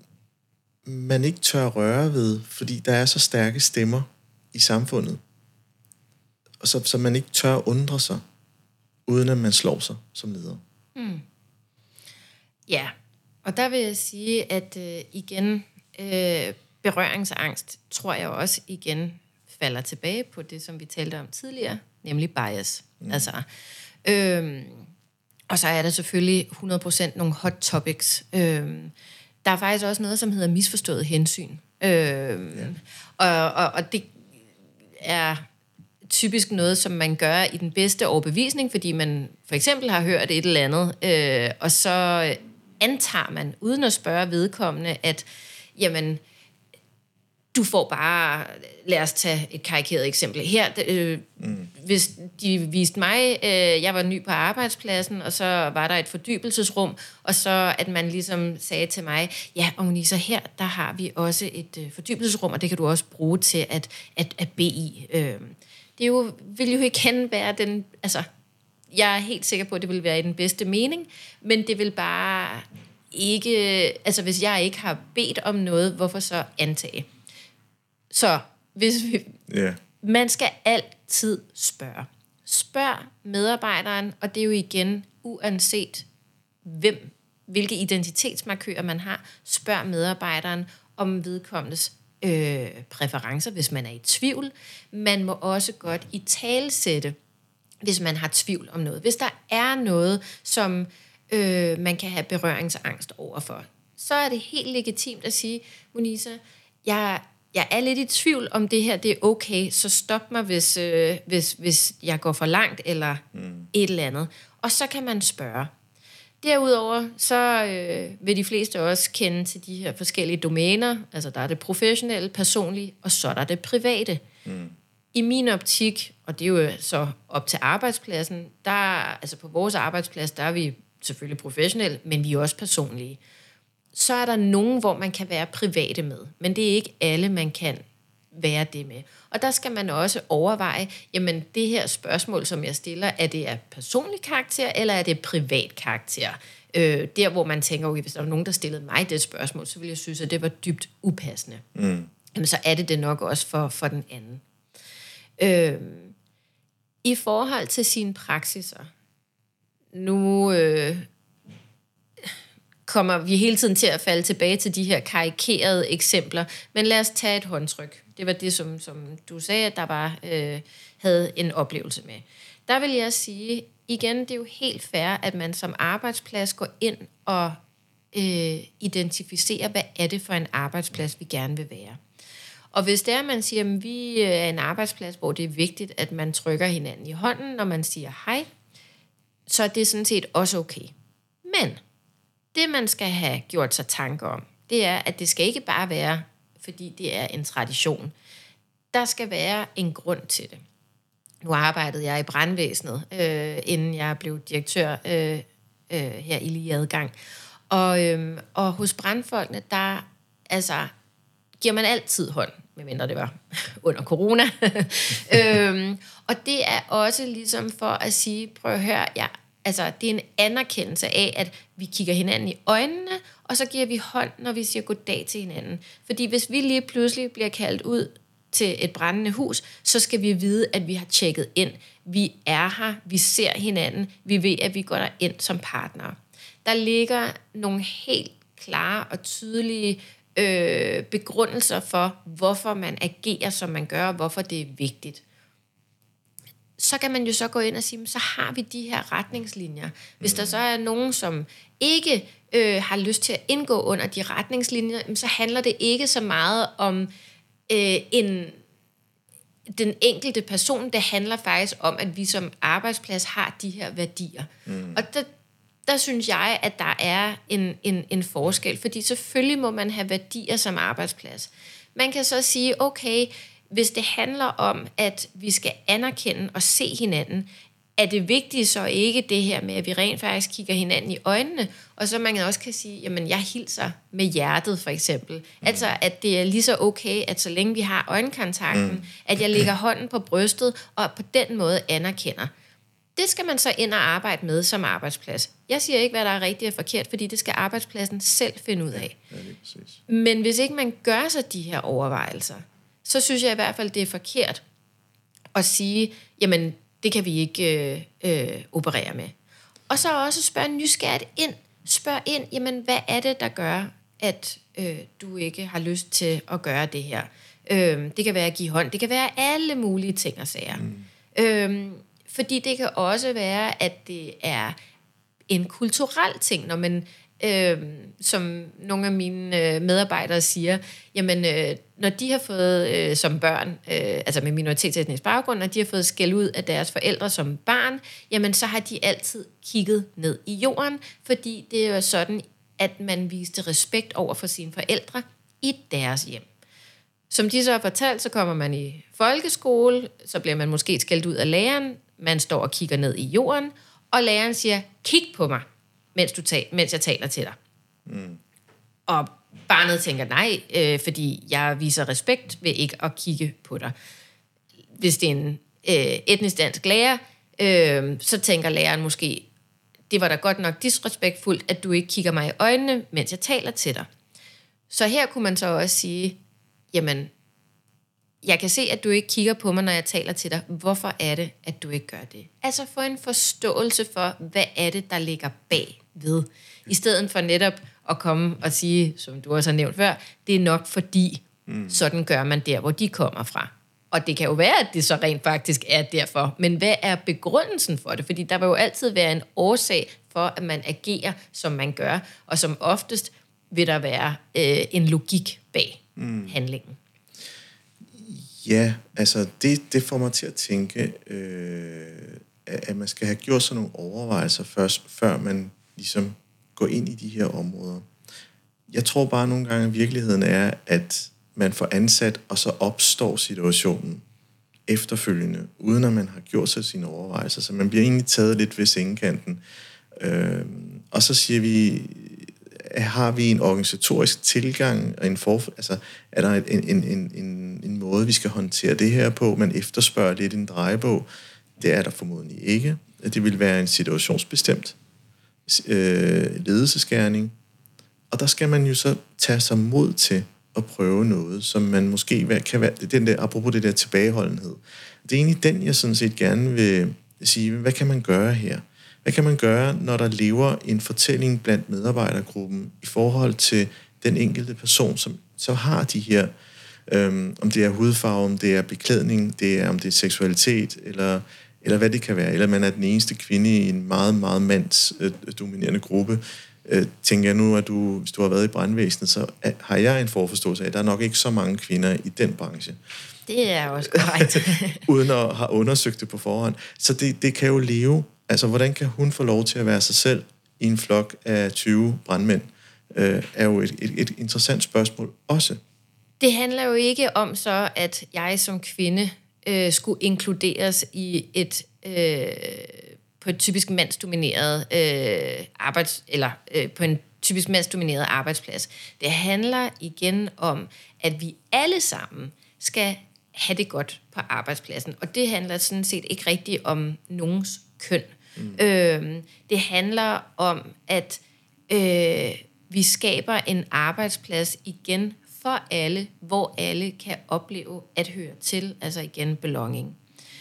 man ikke tør røre ved, fordi der er så stærke stemmer i samfundet, og så, så man ikke tør undre sig, uden at man slår sig som leder. Hmm. Ja, og der vil jeg sige, at øh, igen, øh, berøringsangst, tror jeg også igen falder tilbage på det, som vi talte om tidligere, nemlig bias. Mm. Altså, øh, og så er der selvfølgelig hundrede procent nogle hot topics. Øh, der er faktisk også noget, som hedder misforstået hensyn. Øh, ja. og, og, og det er typisk noget, som man gør i den bedste overbevisning, fordi man for eksempel har hørt et eller andet, øh, og så antager man, uden at spørge vedkommende, at jamen, du får bare, lad os tage et karikeret eksempel her, øh, mm. hvis de viste mig, øh, jeg var ny på arbejdspladsen, og så var der et fordybelsesrum, og så at man ligesom sagde til mig, ja, og Monisa, her, der har vi også et øh, fordybelsesrum, og det kan du også bruge til at, at, at bede i. Øh, det er jo, vil jo ikke være den, altså, jeg er helt sikker på, at det vil være i den bedste mening, men det vil bare ikke, altså hvis jeg ikke har bedt om noget, hvorfor så antage? Så hvis vi, yeah. man skal altid spørge. Spørg medarbejderen, og det er jo igen uanset hvem, hvilke identitetsmarkører man har, spørg medarbejderen om vedkommendes øh, præferencer, hvis man er i tvivl. Man må også godt i talesætte, hvis man har tvivl om noget. Hvis der er noget, som øh, man kan have berøringsangst overfor, så er det helt legitimt at sige, Monisa, jeg Jeg er lidt i tvivl om det her, det er okay, så stop mig, hvis, øh, hvis, hvis jeg går for langt, eller mm. et eller andet. Og så kan man spørge. Derudover, så øh, vil de fleste også kende til de her forskellige domæner. Altså, der er det professionelle, personlige, og så er der det private. Mm. I min optik, og det er jo så op til arbejdspladsen, der, altså på vores arbejdsplads, der er vi selvfølgelig professionelle, men vi er også personlige. Så er der nogen, hvor man kan være private med. Men det er ikke alle, man kan være det med. Og der skal man også overveje, jamen det her spørgsmål, som jeg stiller, er det af personlig karakter, eller er det privat karakter? Øh, der, hvor man tænker, okay, hvis der var nogen, der stillede mig det spørgsmål, så ville jeg synes, at det var dybt upassende. Mm. Jamen så er det det nok også for, for den anden. Øh, I forhold til sine praksiser, nu Øh, kommer vi hele tiden til at falde tilbage til de her karikerede eksempler. Men lad os tage et håndtryk. Det var det, som, som du sagde, at der var, øh, havde en oplevelse med. Der vil jeg sige, igen, det er jo helt fair, at man som arbejdsplads går ind og øh, identificerer, hvad er det for en arbejdsplads, vi gerne vil være. Og hvis det er, at man siger, at vi er en arbejdsplads, hvor det er vigtigt, at man trykker hinanden i hånden, når man siger hej, så er det sådan set også okay. Men det, man skal have gjort sig tanker om, det er, at det skal ikke bare være, fordi det er en tradition. Der skal være en grund til det. Nu arbejdede jeg i brandvæsenet, øh, inden jeg blev direktør øh, øh, her i lige adgang. Og, øh, og hos brandfolkene, der altså, giver man altid hånd, medmindre det var under corona. øh, og det er også ligesom for at sige, prøv at høre, jeg Altså, det er en anerkendelse af, at vi kigger hinanden i øjnene, og så giver vi hånd, når vi siger goddag til hinanden. Fordi hvis vi lige pludselig bliver kaldt ud til et brændende hus, så skal vi vide, at vi har tjekket ind. Vi er her, vi ser hinanden, vi ved, at vi går der ind som partnere. Der ligger nogle helt klare og tydelige øh, begrundelser for, hvorfor man agerer, som man gør, og hvorfor det er vigtigt. Så kan man jo så gå ind og sige, så har vi de her retningslinjer. Hvis der så er nogen, som ikke øh, har lyst til at indgå under de retningslinjer, så handler det ikke så meget om øh, en, den enkelte person. Det handler faktisk om, at vi som arbejdsplads har de her værdier. Mm. Og der, der synes jeg, at der er en, en, en forskel, fordi selvfølgelig må man have værdier som arbejdsplads. Man kan så sige, okay, hvis det handler om, at vi skal anerkende og se hinanden, er det vigtigt så ikke det her med, at vi rent faktisk kigger hinanden i øjnene, og så man også kan sige, jamen jeg hilser med hjertet for eksempel. Mm. Altså at det er lige så okay, at så længe vi har øjenkontakten, mm. at jeg lægger hånden på brystet, og på den måde anerkender. Det skal man så ind og arbejde med som arbejdsplads. Jeg siger ikke, hvad der er rigtigt og forkert, fordi det skal arbejdspladsen selv finde ud af. Ja, det er præcis. Men hvis ikke man gør sig de her overvejelser, så synes jeg i hvert fald, det er forkert at sige, jamen det kan vi ikke øh, øh, operere med. Og så også spørge nysgerrigt ind. Spørg ind, jamen hvad er det, der gør, at øh, du ikke har lyst til at gøre det her? Øh, det kan være at give hånd, det kan være alle mulige ting og sager. Mm. Øh, fordi det kan også være, at det er en kulturel ting, når man, øh, som nogle af mine øh, medarbejdere siger, jamen øh, når de har fået øh, som børn, øh, altså med minoritetsetnisk baggrund, når de har fået skæld ud af deres forældre som barn, jamen så har de altid kigget ned i jorden, fordi det er jo sådan, at man viste respekt over for sine forældre i deres hjem. Som de så har fortalt, så kommer man i folkeskole, så bliver man måske skældt ud af læreren, man står og kigger ned i jorden, og læreren siger, kig på mig, mens, du tal- mens jeg taler til dig. Mm. Og barnet tænker, nej, øh, fordi jeg viser respekt ved ikke at kigge på dig. Hvis det er en øh, etnisk dansk lærer, øh, så tænker læreren måske, det var da godt nok disrespektfuldt, at du ikke kigger mig i øjnene, mens jeg taler til dig. Så her kunne man så også sige, jamen, jeg kan se, at du ikke kigger på mig, når jeg taler til dig. Hvorfor er det, at du ikke gør det? Altså få en forståelse for, hvad er det, der ligger bag ved. I stedet for netop at komme og sige, som du også har nævnt før, det er nok fordi, mm. sådan gør man der, hvor de kommer fra. Og det kan jo være, at det så rent faktisk er derfor. Men hvad er begrundelsen for det? Fordi der vil jo altid være en årsag for, at man agerer, som man gør. Og som oftest vil der være øh, en logik bag mm. handlingen. Ja, altså det, det får mig til at tænke, øh, at man skal have gjort sådan nogle overvejelser først, før man ligesom går ind i de her områder. Jeg tror bare nogle gange, at virkeligheden er, at man får ansat, og så opstår situationen efterfølgende, uden at man har gjort sig sine overvejelser. Så man bliver egentlig taget lidt ved sengekanten. Øh, og så siger vi, har vi en organisatorisk tilgang, og en for, altså, er der en, en, en, en, en måde, vi skal håndtere det her på? Man efterspørger lidt en drejebog. Det er der formodentlig ikke. Det vil være en situationsbestemt øh, ledelsesgerning. Og der skal man jo så tage sig mod til at prøve noget, som man måske kan være, den der, apropos det der tilbageholdenhed. Det er egentlig den, jeg sådan set gerne vil sige, hvad kan man gøre her? Hvad kan man gøre, når der lever en fortælling blandt medarbejdergruppen i forhold til den enkelte person, som så har de her, øhm, om det er hudfarve, om det er beklædning, det er, om det er seksualitet, eller, eller hvad det kan være, eller man er den eneste kvinde i en meget, meget mandsdominerende gruppe. Øh, tænker jeg nu, at du, hvis du har været i brandvæsenet, så er, har jeg en forforståelse af, at der er nok ikke så mange kvinder i den branche. Det er også korrekt. Uden at have undersøgt det på forhånd. Så det, det kan jo leve. Altså, hvordan kan hun få lov til at være sig selv i en flok af tyve brandmænd, øh, er jo et, et, et interessant spørgsmål også. Det handler jo ikke om så, at jeg som kvinde øh, skulle inkluderes i et øh, på et typisk mandsdomineret øh, arbejds eller øh, på en typisk mandsdomineret arbejdsplads. Det handler igen om, at vi alle sammen skal have det godt på arbejdspladsen, og det handler sådan set ikke rigtigt om nogens køn. Mm. Øh, det handler om, at øh, vi skaber en arbejdsplads igen for alle, hvor alle kan opleve at høre til, altså igen belonging.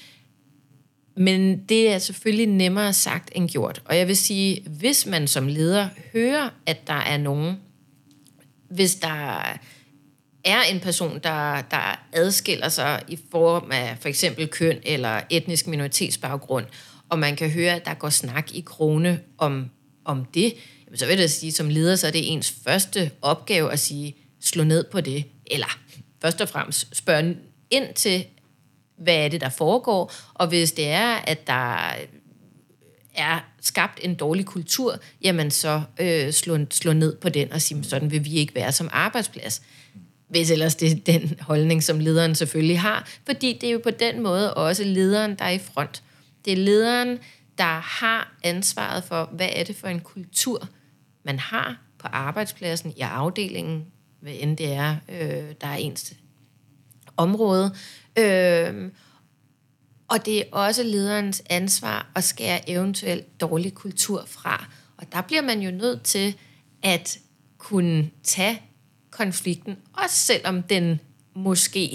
Men det er selvfølgelig nemmere sagt end gjort. Og jeg vil sige, hvis man som leder hører, at der er nogen, hvis der er en person, der, der adskiller sig i form af for eksempel køn eller etnisk minoritetsbaggrund, og man kan høre, at der går snak i krone om, om det, så vil jeg sige, som leder, så er det ens første opgave at sige, slå ned på det, eller først og fremmest spørge ind til, hvad er det, der foregår, og hvis det er, at der er skabt en dårlig kultur, jamen så øh, slå, slå ned på den og sige, sådan vil vi ikke være som arbejdsplads. Hvis ellers det er den holdning, som lederen selvfølgelig har, fordi det er jo på den måde også lederen, der er i front. Det er lederen, der har ansvaret for, hvad er det for en kultur, man har på arbejdspladsen, i afdelingen, hvad end det er, øh, der er ens område. Øh, og det er også lederens ansvar at skære eventuelt dårlig kultur fra. Og der bliver man jo nødt til at kunne tage konflikten, også selvom den måske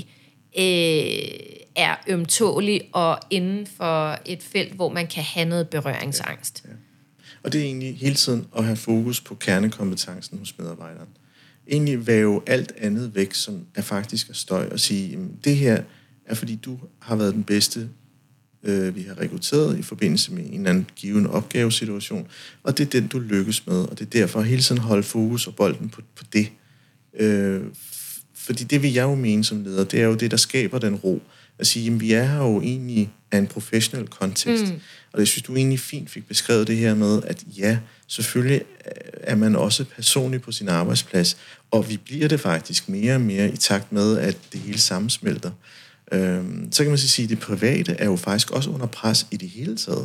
øh, er ømtålig og inden for et felt, hvor man kan have noget berøringsangst. Ja, ja. Og det er egentlig hele tiden at have fokus på kernekompetencen hos medarbejderen. Egentlig væve alt andet væk, som er faktisk er støj, og sige, jamen, det her er fordi du har været den bedste, øh, vi har rekrutteret i forbindelse med en eller anden given opgavesituation, og det er den, du lykkes med, og det er derfor hele tiden holde fokus og bolden på, på det. Øh, fordi det vil jeg jo mene som leder, det er jo det, der skaber den ro. At sige, jamen, vi er her jo egentlig af en professionel kontekst. Mm. Og det synes du egentlig fint fik beskrevet det her med, at ja, selvfølgelig er man også personlig på sin arbejdsplads, og vi bliver det faktisk mere og mere i takt med, at det hele sammensmelter. Øhm, så kan man sige, at det private er jo faktisk også under pres i det hele taget.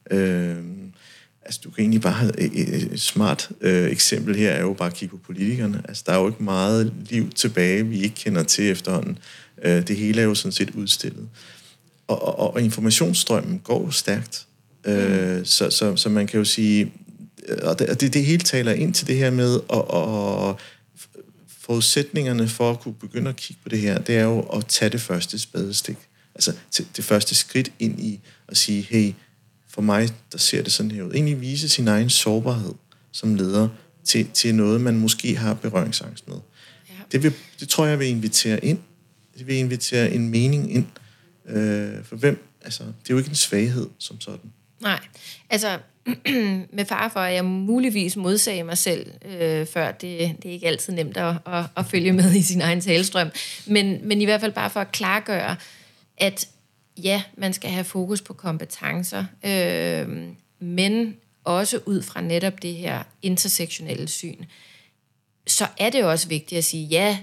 Øhm, altså du kan egentlig bare have et, et smart øh, eksempel her, er jo bare at kigge på politikerne. Altså der er jo ikke meget liv tilbage, vi ikke kender til efterhånden. Øh, det hele er jo sådan set udstillet. Og, og, og informationsstrømmen går jo stærkt. Mm. Øh, så, så, så man kan jo sige, og det, det, det hele taler ind til det her med, og, og forudsætningerne for at kunne begynde at kigge på det her, det er jo at tage det første spadestik. Altså det første skridt ind i at sige, hey, for mig, der ser det sådan her ud. Egentlig vise sin egen sårbarhed som leder til, til noget, man måske har berøringsangst med. Ja. Det, vil, det tror jeg vil invitere ind. Det vil invitere en mening ind. Øh, for hvem? Altså, det er jo ikke en svaghed som sådan. Nej, altså med fare for, at jeg muligvis modsagde mig selv øh, før. Det, det er ikke altid nemt at, at, at følge med i sin egen talestrøm. Men, men i hvert fald bare for at klargøre, at ja, man skal have fokus på kompetencer, øh, men også ud fra netop det her intersektionelle syn, så er det jo også vigtigt at sige, ja,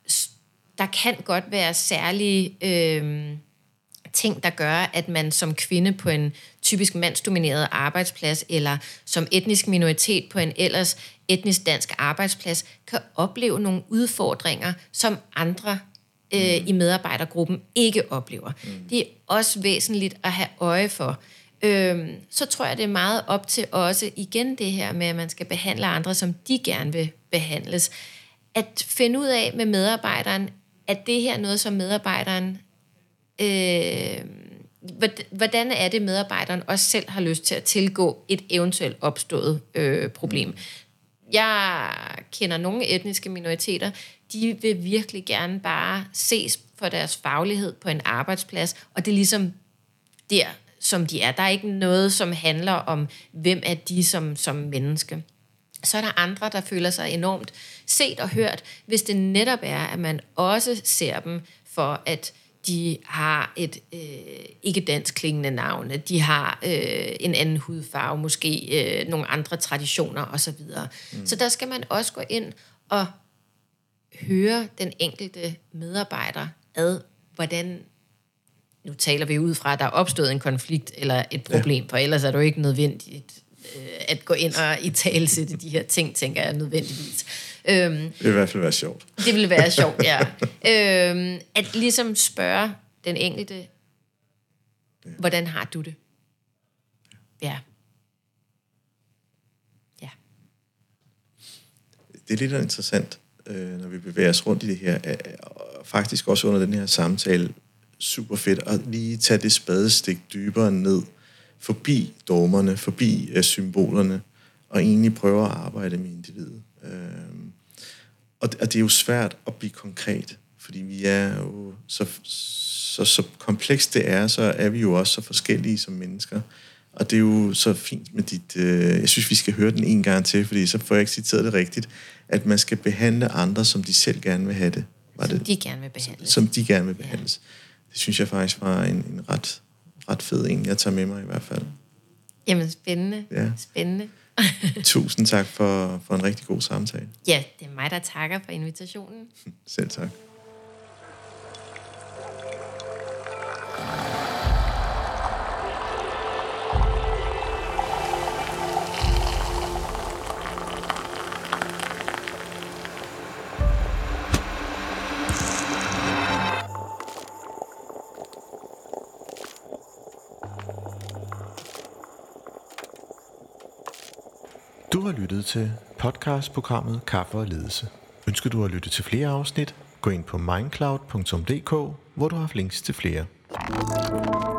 der kan godt være særlige øh, ting, der gør, at man som kvinde på en typisk mandsdomineret arbejdsplads, eller som etnisk minoritet på en ellers etnisk dansk arbejdsplads, kan opleve nogle udfordringer, som andre øh, mm. i medarbejdergruppen ikke oplever. Mm. Det er også væsentligt at have øje for. Øhm, så tror jeg, det er meget op til også igen det her med, at man skal behandle andre, som de gerne vil behandles. At finde ud af med medarbejderen, at det her er noget, som medarbejderen... Øh, hvordan er det, medarbejderen også selv har lyst til at tilgå et eventuelt opstået øh, problem. Jeg kender nogle etniske minoriteter, de vil virkelig gerne bare ses for deres faglighed på en arbejdsplads, og det er ligesom der, som de er. Der er ikke noget, som handler om, hvem er de som, som menneske. Så er der andre, der føler sig enormt set og hørt, hvis det netop er, at man også ser dem for, at de har et øh, ikke dansk klingende navn, de har øh, en anden hudfarve, måske øh, nogle andre traditioner osv. Mm. Så der skal man også gå ind og høre den enkelte medarbejder ad, hvordan, nu taler vi ud fra, at der er opstået en konflikt eller et problem, ja. For ellers er det jo ikke nødvendigt øh, at gå ind og italesætte de her ting, tænker jeg nødvendigvis. Øhm, det vil i hvert fald være sjovt. Det vil være sjovt, ja. øhm, at ligesom spørge den enkelte, ja. Hvordan har du det? Ja. Ja. Det er lidt interessant, øh, når vi bevæger os rundt i det her, øh, og faktisk også under den her samtale, super fedt at lige tage det spadestik dybere ned, forbi dogmerne, forbi øh, symbolerne, og egentlig prøve at arbejde med individet. Øh, og, og det er jo svært at blive konkret, fordi vi er jo så, så, så komplekst det er, så er vi jo også så forskellige som mennesker. Og det er jo så fint med dit... Øh, jeg synes, vi skal høre den en gang til, fordi så får jeg ikke citeret det rigtigt, at man skal behandle andre, som de selv gerne vil have det. Var det? Som de gerne vil behandles. Som, som de gerne vil behandles. Ja. det synes jeg faktisk var en, en ret, ret fed en, jeg tager med mig i hvert fald. Jamen, spændende. Ja. Spændende. Tusind tak for, for en rigtig god samtale. Ja, det er mig, der takker for invitationen. Selv tak. Du har lyttet til podcastprogrammet Kaffe og Ledelse. Ønsker du at lytte til flere afsnit? Gå ind på mindcloud punktum d k, hvor du har links til flere.